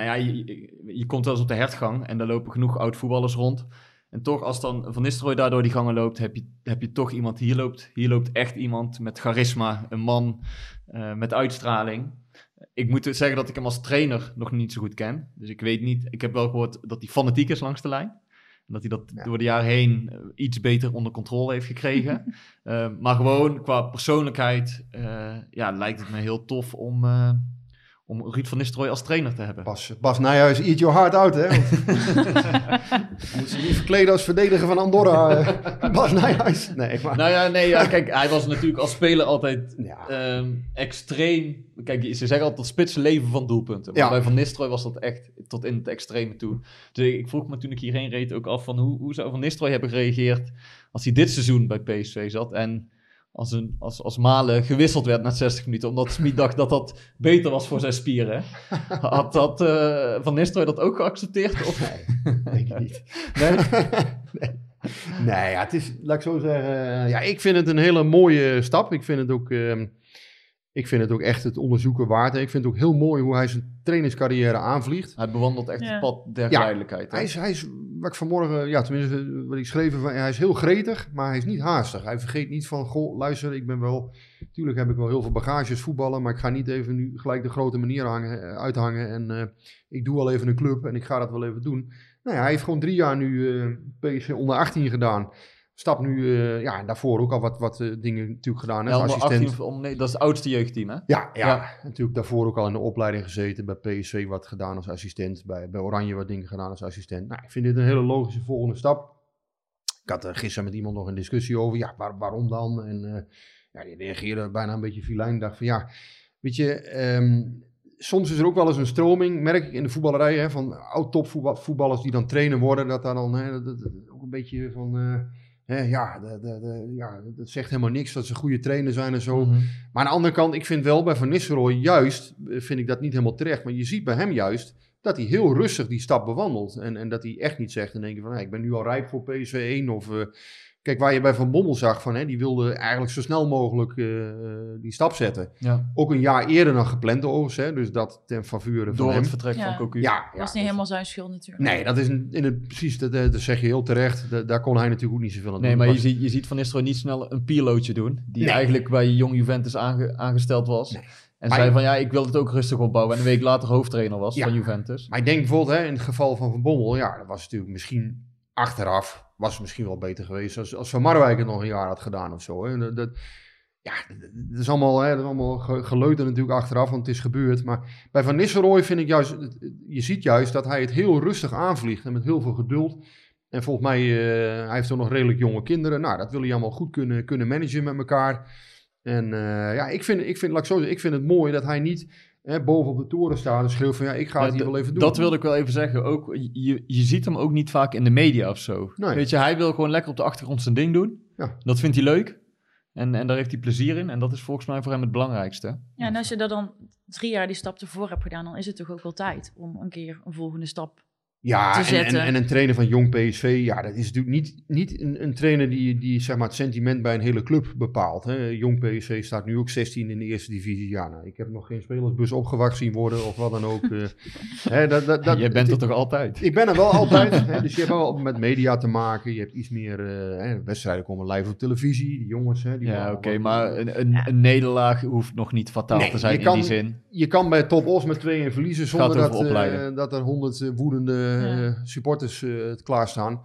je komt wel eens op de hertgang en daar lopen genoeg oud-voetballers rond. En toch, als dan Van Nistelrooy daardoor die gangen loopt, heb je toch iemand, hier loopt echt iemand met charisma, een man met uitstraling. Ik moet zeggen dat ik hem als trainer nog niet zo goed ken. Dus ik weet niet, ik heb wel gehoord dat hij fanatiek is langs de lijn. En dat hij dat door de jaren heen iets beter onder controle heeft gekregen. Maar gewoon qua persoonlijkheid lijkt het me heel tof om Ruud van Nistelrooy als trainer te hebben. Bas Nijhuis, eat your heart out, hè? Moet ze niet verkleden als verdediger van Andorra, Bas Nijhuis. Kijk, hij was natuurlijk als speler altijd extreem. Kijk, ze zeggen altijd dat spitsen leven van doelpunten. Maar bij Van Nistelrooy was dat echt tot in het extreme toe. Dus ik vroeg me toen ik hierheen reed ook af van hoe zou Van Nistelrooy hebben gereageerd als hij dit seizoen bij PSV zat en als Malen gewisseld werd na 60 minuten, omdat Smit dacht dat dat beter was voor zijn spieren. Had Van Nistelrooy dat ook geaccepteerd? Of? Nee, denk ik niet. Nee? Nee, ja, het is, laat ik zo zeggen, ja, ik vind het een hele mooie stap. Ik vind het ook echt het onderzoeken waard. Ik vind het ook heel mooi hoe hij zijn trainingscarrière aanvliegt. Hij bewandelt echt het pad der geleidelijkheid. Hij is, wat ik vanmorgen, tenminste wat ik schreef, hij is heel gretig, maar hij is niet haastig. Hij vergeet niet van, goh, luister, natuurlijk heb ik wel heel veel bagages voetballen, maar ik ga niet even nu gelijk de grote manier uithangen en ik doe wel even een club en ik ga dat wel even doen. Nou ja, hij heeft gewoon 3 jaar nu PSV onder 18 gedaan. Stap nu, daarvoor ook al wat dingen natuurlijk gedaan als assistent. 18, dat is het oudste jeugdteam, hè? Ja, natuurlijk daarvoor ook al in de opleiding gezeten. Bij PSV wat gedaan als assistent. Bij Oranje wat dingen gedaan als assistent. Nou, ik vind dit een hele logische volgende stap. Ik had gisteren met iemand nog een discussie over. Ja, waarom dan? En die reageerde bijna een beetje filijn. Ik dacht van ja, weet je... soms is er ook wel eens een stroming, merk ik in de voetballerij, hè, van oud-topvoetballers die dan trainer worden. Dat daar dan ook een beetje van... dat zegt helemaal niks dat ze goede trainer zijn en zo. Mm-hmm. Maar aan de andere kant, ik vind wel bij Van Nistelrooy juist, vind ik dat niet helemaal terecht. Maar je ziet bij hem juist dat hij heel rustig die stap bewandelt. En dat hij echt niet zegt in één keer van, ik ben nu al rijp voor PSV 1 of... Kijk, waar je bij Van Bommel zag, die wilde eigenlijk zo snel mogelijk die stap zetten. Ja. Ook een jaar eerder dan gepland overigens, dus dat ten faveur van Door hem. het vertrek van Cocu. Ja, dat is niet helemaal zijn schuld natuurlijk. Nee, dat is precies, dat zeg je heel terecht. Daar kon hij natuurlijk ook niet zoveel aan doen. Nee, maar je ziet Van Nistelrooy niet snel een pierlootje doen, die eigenlijk bij Jong Juventus aangesteld was. Nee. En zei van, ik wil het ook rustig opbouwen. En een week later hoofdtrainer was van Juventus. Maar ik denk bijvoorbeeld, in het geval van Bommel, dat was natuurlijk misschien achteraf... was het misschien wel beter geweest als Van Marwijk het nog een jaar had gedaan of zo. Hè. Dat is allemaal geleuter natuurlijk achteraf, want het is gebeurd. Maar bij Van Nistelrooy vind ik juist, je ziet juist dat hij het heel rustig aanvliegt en met heel veel geduld. En volgens mij, hij heeft ook nog redelijk jonge kinderen. Nou, dat wil hij allemaal goed kunnen managen met elkaar. En ik vind het mooi dat hij niet... boven op de toren staan en schreeuwt van ik ga het hier wel even doen. Dat wilde ik wel even zeggen. Ook, je ziet hem ook niet vaak in de media of zo. Nee. Weet je, hij wil gewoon lekker op de achtergrond zijn ding doen. Ja. Dat vindt hij leuk. En daar heeft hij plezier in. En dat is volgens mij voor hem het belangrijkste. Ja, en als je dan 3 jaar die stap ervoor hebt gedaan, dan is het toch ook wel tijd om een keer een volgende stap te zetten. En een trainer van Jong PSV, dat is natuurlijk niet een trainer die zeg maar het sentiment bij een hele club bepaalt. Hè. Jong PSV staat nu ook 16 in de eerste divisie. Ja, ik heb nog geen spelersbus opgewacht zien worden of wat dan ook. Je bent er toch altijd? Ik ben er wel altijd. Dus je hebt wel met media te maken. Je hebt iets meer wedstrijden komen live op televisie. Die jongens. Maar een nederlaag hoeft nog niet fataal te zijn in die zin. Je kan bij Top Os met 2-1 verliezen zonder dat er 100 woedende supporters het klaarstaan.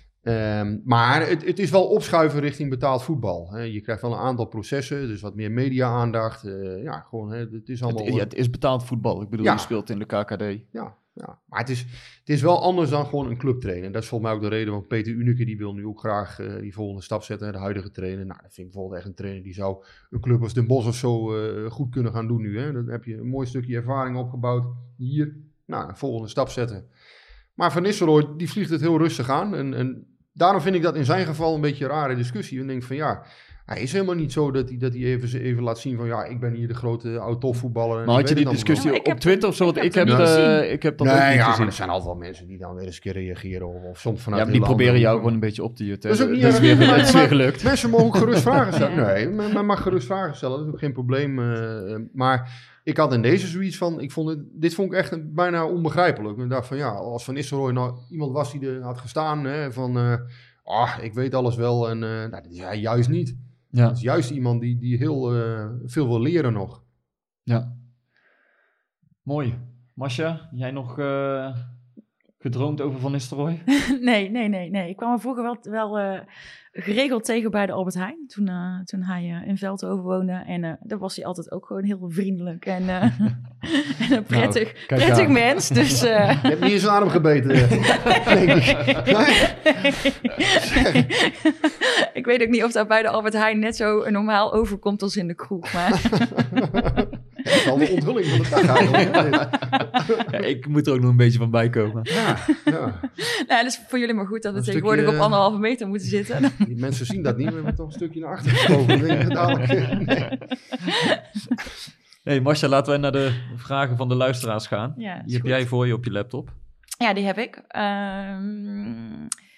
Maar het is wel opschuiven richting betaald voetbal. Je krijgt wel een aantal processen, dus wat meer media-aandacht. Het is allemaal... Het is betaald voetbal. Ik bedoel, je speelt in de KKD. Ja. Maar het is wel anders dan gewoon een clubtrainer. Dat is volgens mij ook de reden, want Peter Uneke die wil nu ook graag die volgende stap zetten. De huidige trainer. Nou, dat vind ik bijvoorbeeld echt een trainer die zou een club als Den Bosch of zo goed kunnen gaan doen nu. Hè. Dan heb je een mooi stukje ervaring opgebouwd. Hier, een volgende stap zetten. Maar Van Nistelrooy, die vliegt het heel rustig aan. En daarom vind ik dat in zijn geval een beetje een rare discussie. Ik denk van hij is helemaal niet zo dat hij even laat zien van ik ben hier de grote oud-topvoetballer. Maar had je die discussie op Twitter of zo? Ik heb dat ook niet gezien. Maar er zijn altijd wel mensen die dan weer eens een keer reageren. Of soms vanuit die proberen jou gewoon een beetje op te jutten. Dat is ook niet het is weer gelukt. Mensen mogen ook gerust vragen stellen. Nee, men mag gerust vragen stellen. Dat is ook geen probleem. Maar ik had in deze zoiets van, dit vond ik echt bijna onbegrijpelijk. Ik dacht van als Van Nistelrooy nou iemand was die er had gestaan, van ik weet alles wel. En dat is hij juist niet. Ja. Dat is juist iemand die heel veel wil leren nog. Ja. Mooi. Masha, jij nog gedroomd over Van Nistelrooy? Nee. Ik kwam hem vroeger wel geregeld tegen bij de Albert Heijn. Toen hij in Veldhoven woonde. En daar was hij altijd ook gewoon heel vriendelijk. En een prettig mens. Dus, Je hebt niet eens aan hem gebeten, denk ik. Ik weet ook niet of dat bij de Albert Heijn net zo normaal overkomt als in de kroeg. Maar... Dat is al de onthulling van de dag eigenlijk. Ik moet er ook nog een beetje van bijkomen. Ja. Nou, dus voor jullie maar goed dat we tegenwoordig op 1,5 meter moeten zitten. Die mensen zien dat niet, we hebben toch een stukje naar achter geschoven. Nee, Masha, laten wij naar de vragen van de luisteraars gaan. Ja, die heb jij voor je op je laptop. Ja, die heb ik.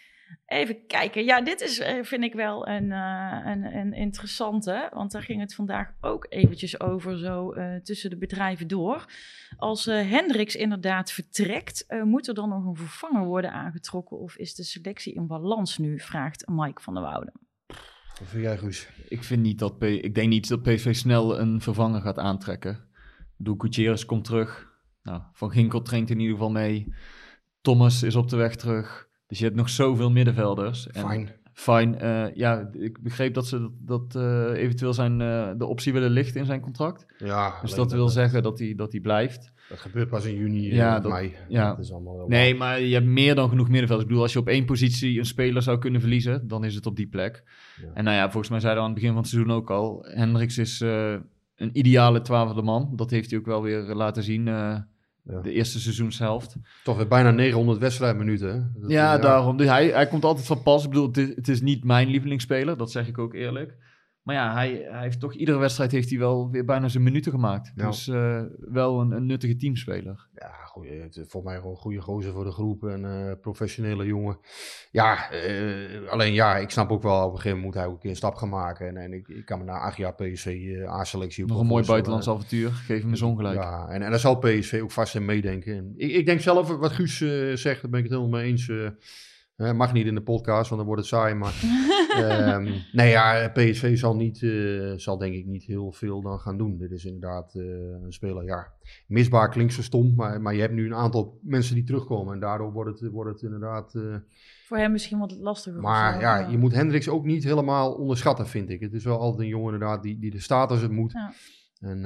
Even kijken. Ja, dit is, vind ik wel een interessante. Want daar ging het vandaag ook eventjes over, zo tussen de bedrijven door. Als Hendricks inderdaad vertrekt, moet er dan nog een vervanger worden aangetrokken? Of is de selectie in balans nu? Vraagt Mike van der Wouden. Wat vind jij, Guus? Ik denk niet dat PSV snel een vervanger gaat aantrekken. Ik bedoel, Gutierrez komt terug. Nou, Van Ginkel traint in ieder geval mee. Thomas is op de weg terug. Dus je hebt nog zoveel middenvelders. Fijn. Ja, ik begreep dat ze eventueel de optie willen lichten in zijn contract. Ja, dus dat wil zeggen dat hij blijft. Dat gebeurt pas in juni, mei. Ja. Dat is allemaal wel nee, maar je hebt meer dan genoeg middenvelders. Ik bedoel, als je op 1 positie een speler zou kunnen verliezen, dan is het op die plek. Ja. En nou ja, volgens mij zeiden we aan het begin van het seizoen ook al, Hendricks is een ideale 12e man. Dat heeft hij ook wel weer laten zien. De eerste seizoenshelft. Toch weer bijna 900 wedstrijdminuten. Hè? Daarom. Dus hij komt altijd van pas. Ik bedoel, het is niet mijn lievelingsspeler. Dat zeg ik ook eerlijk. Maar ja, hij heeft toch iedere wedstrijd heeft hij wel weer bijna zijn minuten gemaakt. Ja. Dus wel een nuttige teamspeler. Ja, goed. Volgens mij gewoon een goede gozer voor de groep. En professionele jongen. Ja, alleen ja, ik snap ook wel, op een gegeven moment moet hij ook een keer een stap gaan maken. En ik kan me na 8 jaar PSV A-selectie... Nog een mooi buitenlands avontuur. Geef hem eens ongelijk. Ja, en daar zal PSV ook vast in meedenken. En ik denk zelf, wat Guus zegt, daar ben ik het helemaal mee eens... mag niet in de podcast, want dan wordt het saai. Maar nee, ja, PSV zal denk ik niet heel veel dan gaan doen. Dit is inderdaad een speler, ja, misbaar klinkt zo stom. Maar je hebt nu een aantal mensen die terugkomen. En daardoor wordt het inderdaad... voor hem misschien wat lastiger. Maar ja, je moet Hendricks ook niet helemaal onderschatten, vind ik. Het is wel altijd een jongen inderdaad die de status het moet. Ja. En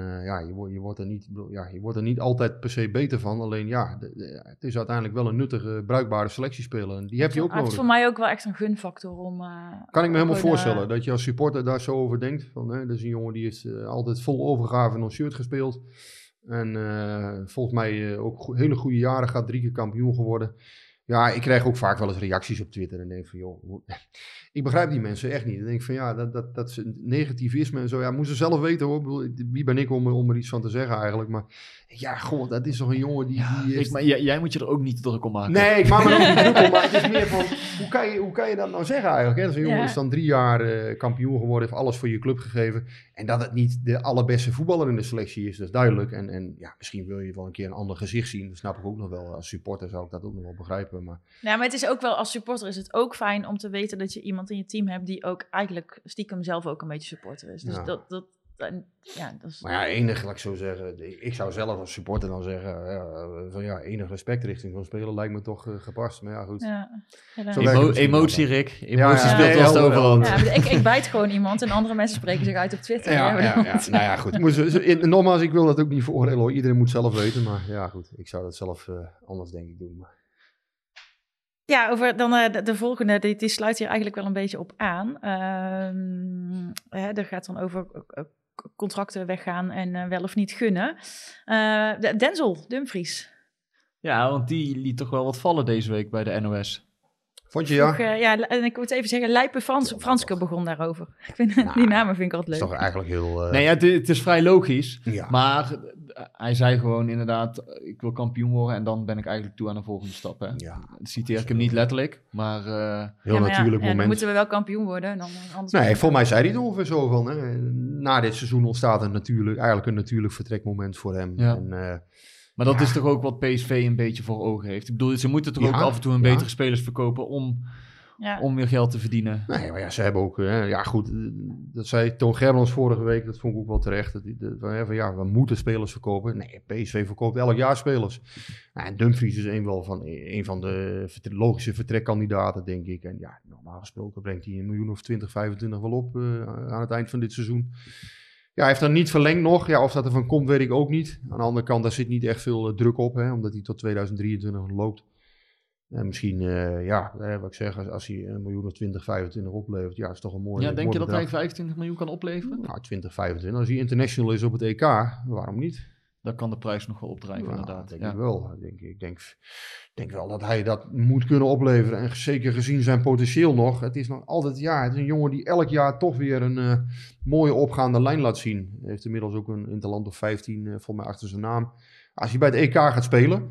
je wordt er niet altijd per se beter van. Alleen ja, het is uiteindelijk wel een nuttige, bruikbare selectiespeler. En die heb je ook nodig. Het is voor mij ook wel echt een gunfactor om... kan ik me helemaal voorstellen dat je als supporter daar zo over denkt. Dat is een jongen die heeft altijd vol overgave in ons shirt gespeeld. En volgens mij ook hele goede jaren gaat 3 keer kampioen geworden. Ja, ik krijg ook vaak wel eens reacties op Twitter en denk van, joh, ik begrijp die mensen echt niet. Dan denk ik van, ja, dat is negativisme en zo. Ja, moesten ze zelf weten hoor. Wie ben ik om er iets van te zeggen eigenlijk. Maar ja, goh, dat is toch een jongen die... Maar jij moet je er ook niet druk om maken. Nee, ik maak me er ook niet druk om. Maar het is meer van, hoe kan je dat nou zeggen eigenlijk? Hè? Dat is een jongen is dan 3 jaar kampioen geworden, heeft alles voor je club gegeven. En dat het niet de allerbeste voetballer in de selectie is, dat is duidelijk. En ja, misschien wil je wel een keer een ander gezicht zien. Dat snap ik ook nog wel. Als supporter zou ik dat ook nog wel begrijpen. Maar het is ook wel, als supporter is het ook fijn om te weten dat je iemand in je team hebt die ook eigenlijk stiekem zelf ook een beetje supporter is. Dus ja. Dat is... Maar ja, enig, laat ik zo zeggen. Ik zou zelf als supporter dan zeggen, enig respect richting zo'n speler lijkt me toch gepast. Maar ja, goed. Ja. Emotie, Rick. Emotie speelt vast overal. Ja, ik bijt gewoon iemand en andere mensen spreken zich uit op Twitter. Nou ja, goed. Nogmaals, ik wil dat ook niet veroordelen hoor. Iedereen moet zelf weten. Maar ja, goed. Ik zou dat zelf anders denk ik doen. Maar... Ja, over dan de volgende, die sluit hier eigenlijk wel een beetje op aan. Er gaat dan over contracten weggaan en wel of niet gunnen. Denzel Dumfries. Ja, want die liet toch wel wat vallen deze week bij de NOS. Vond je ja? En ik moet even zeggen, Lijpe Franske begon daarover. Die namen vind ik altijd leuk. Dat is toch eigenlijk heel... Nee, het is vrij logisch. Ja. Maar hij zei gewoon inderdaad, ik wil kampioen worden en dan ben ik eigenlijk toe aan een volgende stap. Hè. Ja. Citeer ik hem niet letterlijk, maar... heel natuurlijk moment. Dan moeten we wel kampioen worden. Dan anders volgens mij zei hij er ongeveer zo van. Hè. Na dit seizoen ontstaat eigenlijk een natuurlijk vertrekmoment voor hem. Ja. En, maar dat is toch ook wat PSV een beetje voor ogen heeft. Ik bedoel, ze moeten toch ook af en toe een betere spelers verkopen om weer geld te verdienen. Nee, maar ja, ze hebben ook... dat zei Toon Gerbrands vorige week, dat vond ik ook wel terecht. We moeten spelers verkopen. Nee, PSV verkoopt elk jaar spelers. En Dumfries is een van de logische vertrekkandidaten, denk ik. En ja, normaal gesproken brengt hij 1 miljoen of 20, 25 wel op aan het eind van dit seizoen. Ja, hij heeft dan niet verlengd nog. Ja, of dat er van komt, weet ik ook niet. Aan de andere kant, daar zit niet echt veel druk op, hè, omdat hij tot 2023 loopt. En misschien, wat ik zeg, als hij 1 miljoen of 20, 25 oplevert, ja, is toch een mooi. Ja, denk je dat hij 25 miljoen kan opleveren? Nou, 20, 25. Als hij international is op het EK, waarom niet? Dan kan de prijs nog wel opdrijven, inderdaad. Denk ik wel. Ik denk wel dat hij dat moet kunnen opleveren. En zeker gezien zijn potentieel nog. Het is nog altijd, het is een jongen die elk jaar toch weer een mooie opgaande lijn laat zien. Hij heeft inmiddels ook een interland of 15, volgens mij achter zijn naam. Als hij bij het EK gaat spelen,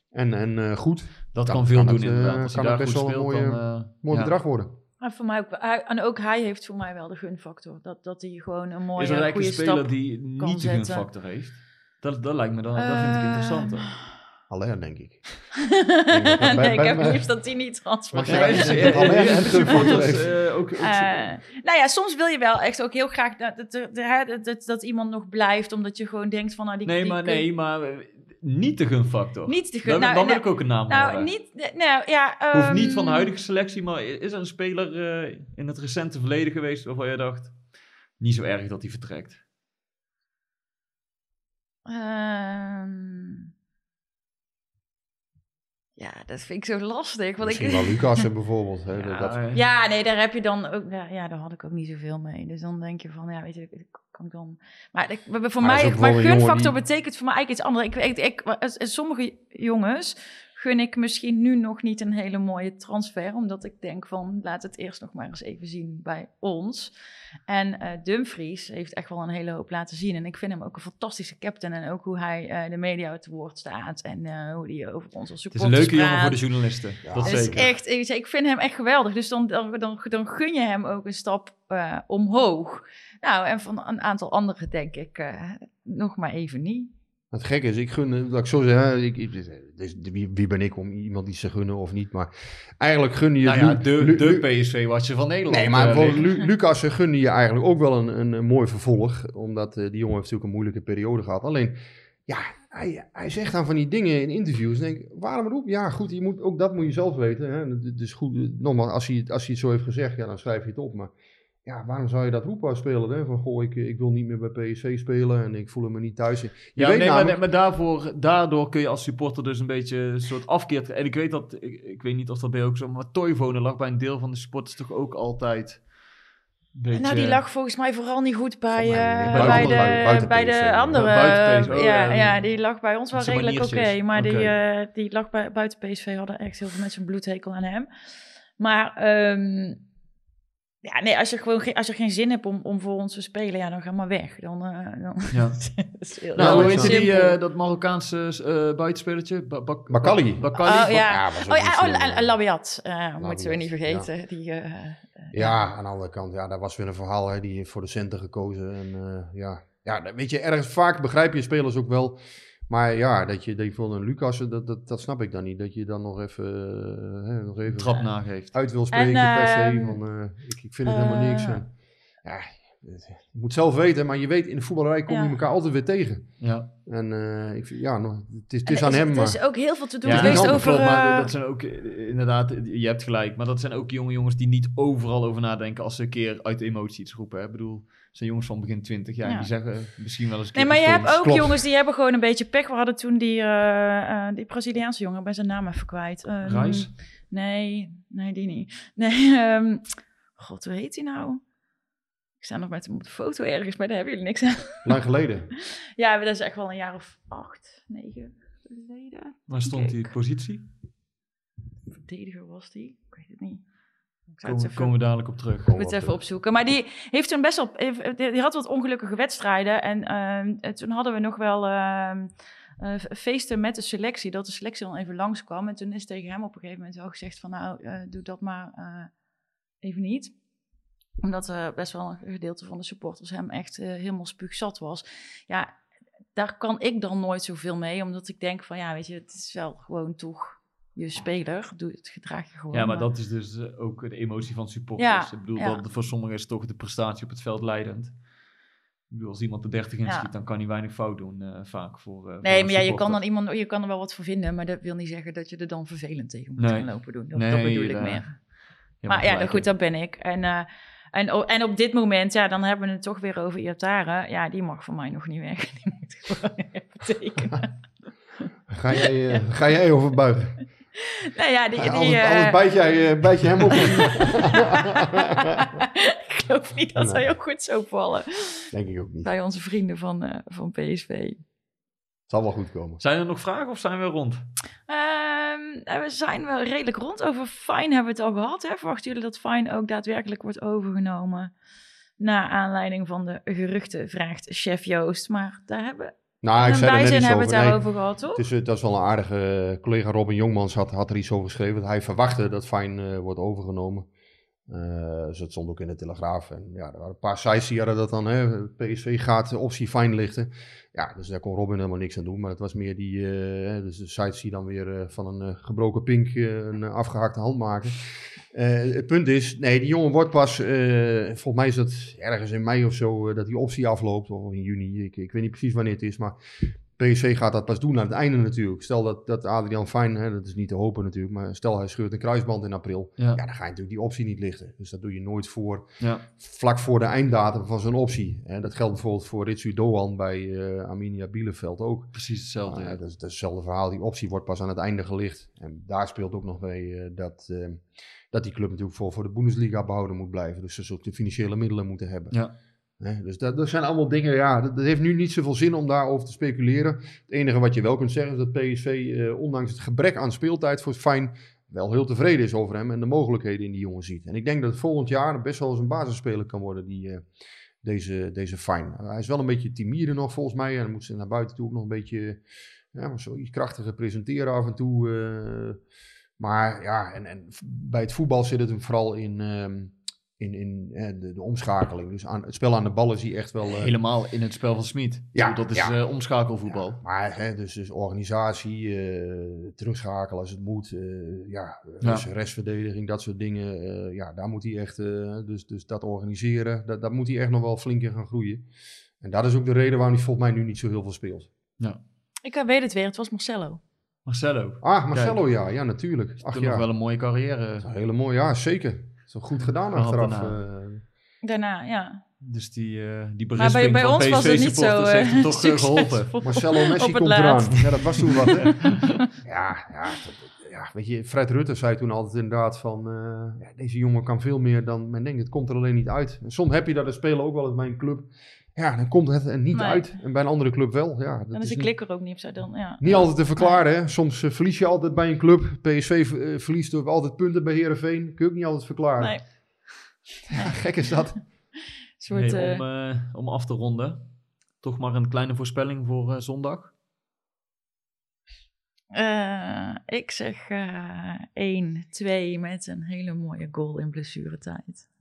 en goed. Dat Dan kan veel kan doen het, inderdaad. Als kan hij het daar goed best wel een speelt, dan... mooi bedrag worden. Maar voor mij ook, en ook hij heeft voor mij wel de gunfactor. Dat hij gewoon een mooie, is er eigenlijk goede een speler stap die kan niet de zetten. gunfactor heeft? Dat lijkt me dan, dat vind ik interessanter. Alleen, denk ik. Nee, ik heb liefst dat hij niet transfer Ja, heeft. alleen en supporters ook Nou ja, soms wil je wel echt ook heel graag dat iemand nog blijft, omdat je gewoon denkt van... Nee, maar niet de gunfactor. Niet de gun. Dan wil ik ook een naam horen. Hoeft niet van de huidige selectie, maar is er een speler in het recente verleden geweest waarvan je dacht, niet zo erg dat hij vertrekt? Ja, dat vind ik zo lastig. Want Misschien wel Lucas bijvoorbeeld. Hè, Ja, nee, daar heb je dan ook... Ja, daar had ik ook niet zoveel mee. Dus dan denk je van, ja, weet je, kan ik dan... Maar voor mij, maar gunfactor betekent voor mij eigenlijk iets anders. Sommige jongens gun ik misschien nu nog niet een hele mooie transfer, omdat ik denk van, laat het eerst nog maar eens even zien bij ons. En Dumfries heeft echt wel een hele hoop laten zien. En ik vind hem ook een fantastische captain. En ook hoe hij de media te woord staat. En hoe hij over ons als supporters Het is een leuke jongen praat. voor de journalisten. Ja, dat Dus zeker. echt, ik vind hem echt geweldig. Dus dan gun je hem ook een stap omhoog. Nou, en van een aantal anderen denk ik nog maar even niet. Het gekke is, ik gun, dat ik zo zeg, wie ben ik om iemand iets te gunnen of niet, maar eigenlijk gun je... Nou ja, de PSV-watcher van Nederland. Nee, maar bijvoorbeeld Lucas gunde je eigenlijk ook wel een mooi vervolg, omdat die jongen heeft natuurlijk een moeilijke periode gehad. Alleen, ja, hij zegt dan van die dingen in interviews en denk ik, waarom erop? Ja, goed, ook dat moet je zelf weten. Hè? Dus goed, nogmaals, als hij het zo heeft gezegd, ja, dan schrijf je het op, maar... Ja, waarom zou je dat roepen als speler? Hè? Van, goh, ik wil niet meer bij PSV spelen en ik voel me niet thuis. Maar daardoor kun je als supporter dus een beetje een soort afkeer... En ik weet niet of dat bij jou ook zo... Maar Toivonen lag bij een deel van de supporters toch ook altijd... Beetje... Nou, die lag volgens mij vooral niet goed bij de andere. Buiten PSV, ja, die lag bij ons wel zijn redelijk oké. Maar Oké. die lag buiten PSV, hadden echt heel veel mensen een bloedhekel aan hem. Maar... ja, nee, als je geen zin hebt om voor ons te spelen, ja, dan ga maar weg. Dan Ja. dat is heel Nou, hoe heet simpel. dat Marokkaanse buitenspelertje? Bakali. Oh ja, was ook niet zo, en Labiat, moeten we Labiat, niet vergeten. ja. Die, Ja, aan de andere kant, ja, daar was weer een verhaal, hè, die heeft voor de centen gekozen. En weet je, ergens vaak begrijp je spelers ook wel. Maar ja, dat je van een Lucas, dat snap ik dan niet. Dat je dan nog even trap nageeft. uit wil spreken per se. Van, ik vind het helemaal niks. En, ja, je moet zelf weten, maar je weet, in de voetballerij kom je elkaar altijd weer tegen. Ja. En ik vind, het is aan hem. Er is ook heel veel te doen Ja, geweest klopt, over... maar dat zijn ook, inderdaad, je hebt gelijk. Maar dat zijn ook jonge jongens die niet overal over nadenken als ze een keer uit de emotie iets roepen. Hè? Ik bedoel, het zijn jongens van begin 20 jaar en die zeggen misschien wel eens een keer... Nee, maar je hebt ook Klopt. jongens die hebben gewoon een beetje pech. We hadden toen die Braziliaanse jongen, bij zijn naam even kwijt. Reis? Nee, die niet. Nee, god, hoe heet hij nou? Ik sta nog met hem op de foto ergens, maar daar hebben jullie niks aan. Lang geleden. Ja, dat is echt wel een jaar of 8, 9 geleden. Waar stond die positie? Verdediger was die? Ik weet het niet. Komen we dadelijk op terug. Ik moet het even opzoeken. Maar die heeft toen best wel... Die had wat ongelukkige wedstrijden. En toen hadden we nog wel feesten met de selectie. Dat de selectie dan even langskwam. En toen is tegen hem op een gegeven moment wel gezegd van... Nou, doe dat maar even niet. Omdat best wel een gedeelte van de supporters hem echt helemaal spuugzat was. Ja, daar kan ik dan nooit zoveel mee. Omdat ik denk van, ja, weet je, het is wel gewoon toch... je speler, doe het gedrag je gewoon. Ja, maar dat is dus ook de emotie van supporters. Ja, Ik bedoel, dat voor sommigen is toch de prestatie op het veld leidend. Ik bedoel, als iemand de 30 inschiet, dan kan hij weinig fout doen, vaak voor nee, maar ja, je kan er wel wat voor vinden, maar dat wil niet zeggen dat je er dan vervelend tegen moet gaan lopen doen. Dat bedoel ik meer. Maar ja, goed, dat ben ik. En op dit moment, ja, dan hebben we het toch weer over Iataren. Ja, die mag voor mij nog niet weg. Die moet gewoon even tekenen. Ga jij overbuigen? Nou ja, Anders bijt je hem op. Ik geloof niet dat hij ook goed zou vallen. Denk ik ook niet. Bij onze vrienden van PSV. Het zal wel goed komen. Zijn er nog vragen of zijn we rond? We zijn wel redelijk rond. Over Fine hebben we het al gehad. Hè? Verwachten jullie dat Fine ook daadwerkelijk wordt overgenomen? Naar aanleiding van de geruchten, vraagt chef Joost. Maar daar hebben Nou, ik zei er net bijzin iets hebben we over. het Nee, daarover gehad, toch? dat is wel een aardige collega Robin Jongmans had er iets over geschreven. Dat hij verwachtte dat Fine wordt overgenomen. Dus dat stond ook in de Telegraaf. En ja, er waren een paar sites die hadden dat dan. Hè, PSV gaat optie Fine lichten. Ja, dus daar kon Robin helemaal niks aan doen. Maar het was meer dus de sites die dan weer van een gebroken pink een afgehakte hand maken. Het punt is, nee, die jongen wordt pas, volgens mij is dat ergens in mei of zo, dat die optie afloopt. Of in juni, ik weet niet precies wanneer het is. Maar PSV gaat dat pas doen aan het einde natuurlijk. Stel dat Adriaan Fine, dat is niet te hopen natuurlijk, maar stel hij scheurt een kruisband in april. Ja, dan ga je natuurlijk die optie niet lichten. Dus dat doe je nooit vlak voor de einddatum van zo'n optie. Dat geldt bijvoorbeeld voor Ritsu Doan bij Arminia Bielefeld ook. Precies hetzelfde. Dat is hetzelfde verhaal. Die optie wordt pas aan het einde gelicht. En daar speelt ook nog mee dat die club natuurlijk voor de Bundesliga behouden moet blijven. Dus ze ook de financiële middelen moeten hebben. Ja. Dus dat zijn allemaal dingen, dat heeft nu niet zoveel zin om daarover te speculeren. Het enige wat je wel kunt zeggen is dat PSV, ondanks het gebrek aan speeltijd voor Fine, wel heel tevreden is over hem en de mogelijkheden in die jongen ziet. En ik denk dat het volgend jaar best wel eens een basisspeler kan worden, deze Fine. Hij is wel een beetje timide nog volgens mij en dan moet ze naar buiten toe ook nog een beetje zoiets krachtiger presenteren af en toe. Maar ja, en bij het voetbal zit het hem vooral in de omschakeling. Dus het spel aan de bal is hij echt wel... Helemaal in het spel van Smit. Ja, dat is omschakelvoetbal. Ja, maar dus organisatie, terugschakelen als het moet. Restverdediging, dat soort dingen. Daar moet hij echt... Dus dat organiseren, daar moet hij echt nog wel flink in gaan groeien. En dat is ook de reden waarom hij volgens mij nu niet zo heel veel speelt. Ja. Ik weet het weer, het was Marcelo. Marcelo, ja, natuurlijk. Is toch nog wel een mooie carrière. Een hele mooie, ja, zeker. Het is wel goed gedaan achteraf. Daarna, ja. Dus die berisping bij van ons was het niet zo heeft hem toch geholpen. Marcelo Messi komt eraan. Ja, dat was toen wat, hè? Weet je, Fred Rutte zei toen altijd inderdaad van... deze jongen kan veel meer dan men denkt. Het komt er alleen niet uit. En soms heb je dat de speler ook wel eens bij een club... Ja, dan komt het er niet uit. En bij een andere club wel. Ja, dat is de klikker ook niet op zo dan. Ja. Niet altijd te verklaren. Hè? Soms verlies je altijd bij een club. PSV verliest ook altijd punten bij Heerenveen. Kun je ook niet altijd verklaren. Nee. Ja, gek is dat. Om af te ronden. Toch maar een kleine voorspelling voor zondag. Ik zeg 1-2 met een hele mooie goal in blessuretijd.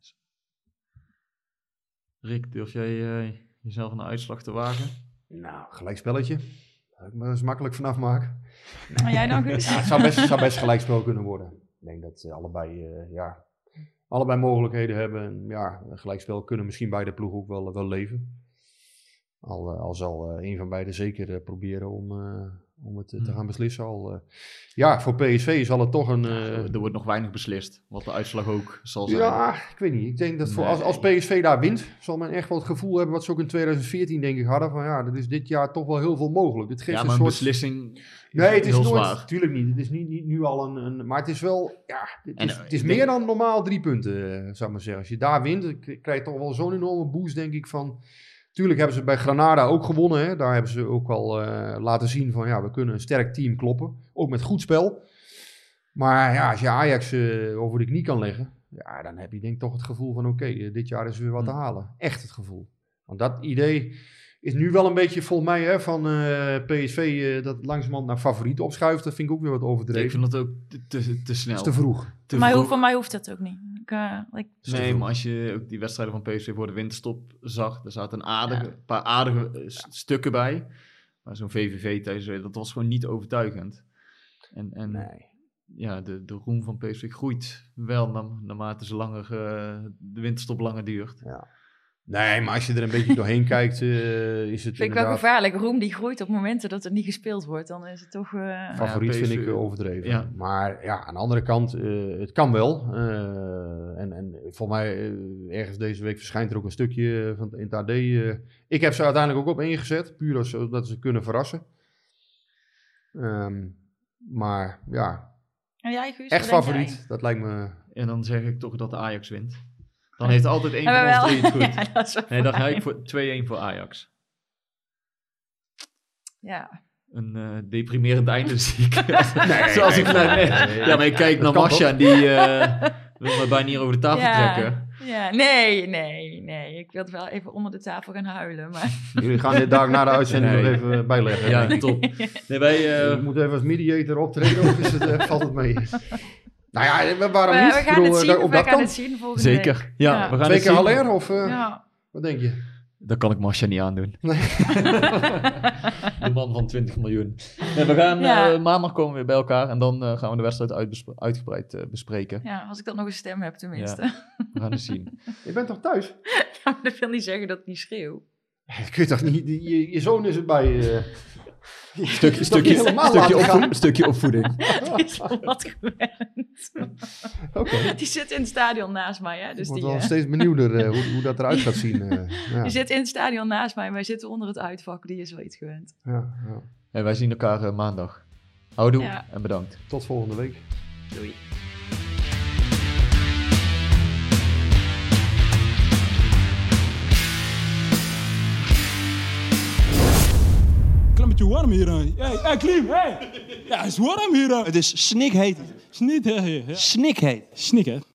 Rick, durf jij jezelf een uitslag te wagen? Nou, gelijkspelletje. Daar kan ik me eens makkelijk vanaf maken. Maar jij nog eens? Ja, het zou best gelijkspel kunnen worden. Ik denk dat ze allebei mogelijkheden hebben. En een gelijkspel kunnen misschien beide ploegen ook wel leven. Al zal een van beiden zeker proberen om het te gaan beslissen. Voor PSV zal het toch een... er wordt nog weinig beslist, wat de uitslag ook zal zijn. Ja, ik weet niet. Ik denk dat als PSV daar wint, zal men echt wel het gevoel hebben wat ze ook in 2014 denk ik hadden. Van er is dit jaar toch wel heel veel mogelijk. Het geeft een beslissing nee, het is heel nooit, zwaar. Natuurlijk niet. Het is niet nu al een... Maar het is wel... Het is meer dan normaal 3 punten, zou ik maar zeggen. Als je daar wint, krijg je toch wel zo'n enorme boost, denk ik, van... Tuurlijk hebben ze bij Granada ook gewonnen. Hè? Daar hebben ze ook al laten zien van we kunnen een sterk team kloppen. Ook met goed spel. Maar als je Ajax over de knie kan leggen, dan heb je denk ik toch het gevoel van oké, dit jaar is er weer wat te halen. Echt het gevoel. Want dat idee is nu wel een beetje volgens mij van PSV dat langzamerhand naar favoriet opschuift. Dat vind ik ook weer wat overdreven. Ik vind dat ook te snel. Dat is te vroeg. Voor mij hoeft dat ook niet. Nee, maar als je ook die wedstrijden van PSV voor de winterstop zag, er zaten een paar aardige stukken bij. Maar zo'n VVV thuis, dat was gewoon niet overtuigend. En de roem van PSV groeit wel naarmate de winterstop langer duurt. Ja. Nee, maar als je er een beetje doorheen kijkt, is het vind ik wel gevaarlijk. Roem die groeit op momenten dat er niet gespeeld wordt. Dan is het toch... Favoriet vind ik overdreven. Ja. Maar aan de andere kant, het kan wel. En volgens mij, ergens deze week verschijnt er ook een stukje in het AD. Ik heb ze uiteindelijk ook op 1 gezet. Puur zodat ze kunnen verrassen. Maar echt favoriet. Dat lijkt me... En dan zeg ik toch dat de Ajax wint. Dan heeft altijd één van ons 3 het goed. Dan ga ik voor 2-1 voor Ajax. Ja. Een deprimerend einde zie ik. Maar ik kijk naar Masha en die wil me bijna hier over de tafel trekken. Ja, nee. Ik wilde wel even onder de tafel gaan huilen, maar... Jullie gaan dit daar na de uitzending nog even bijleggen. Ja, top. Nee, wij... Je moet even als mediator optreden, of is het, valt het mee? Nou ja, waarom niet? We gaan het zien, we gaan het zien volgende week. Zeker. Ja, we gaan 2 het keer zien. Haller, of Ja. wat denk je? Dat kan ik Marcia niet aandoen. Nee. De man van 20 miljoen. Nee, we gaan maandag komen we weer bij elkaar en dan gaan we de wedstrijd uitgebreid bespreken. Ja, als ik dan nog een stem heb tenminste. Ja. We gaan het zien. Je bent toch thuis? Ja, maar dat wil niet zeggen dat ik niet schreeuw. Dat kun je toch niet... Je zoon is erbij. Stukje opvoeding. Die is al wat gewend. Oké. Die zit in het stadion naast mij, hè. Ik Dus word die, wel steeds benieuwder hoe dat eruit gaat zien. Ja. die zit in het stadion naast mij, wij zitten onder het uitvak. Die is wel iets gewend. Ja. En wij zien elkaar maandag. Houdoe Ja. en bedankt. Tot volgende week. Doei. Klimmetje warm hier. Hey, Klim, hey! Ja, het is warm hier. Het is snikheet. Snikheet.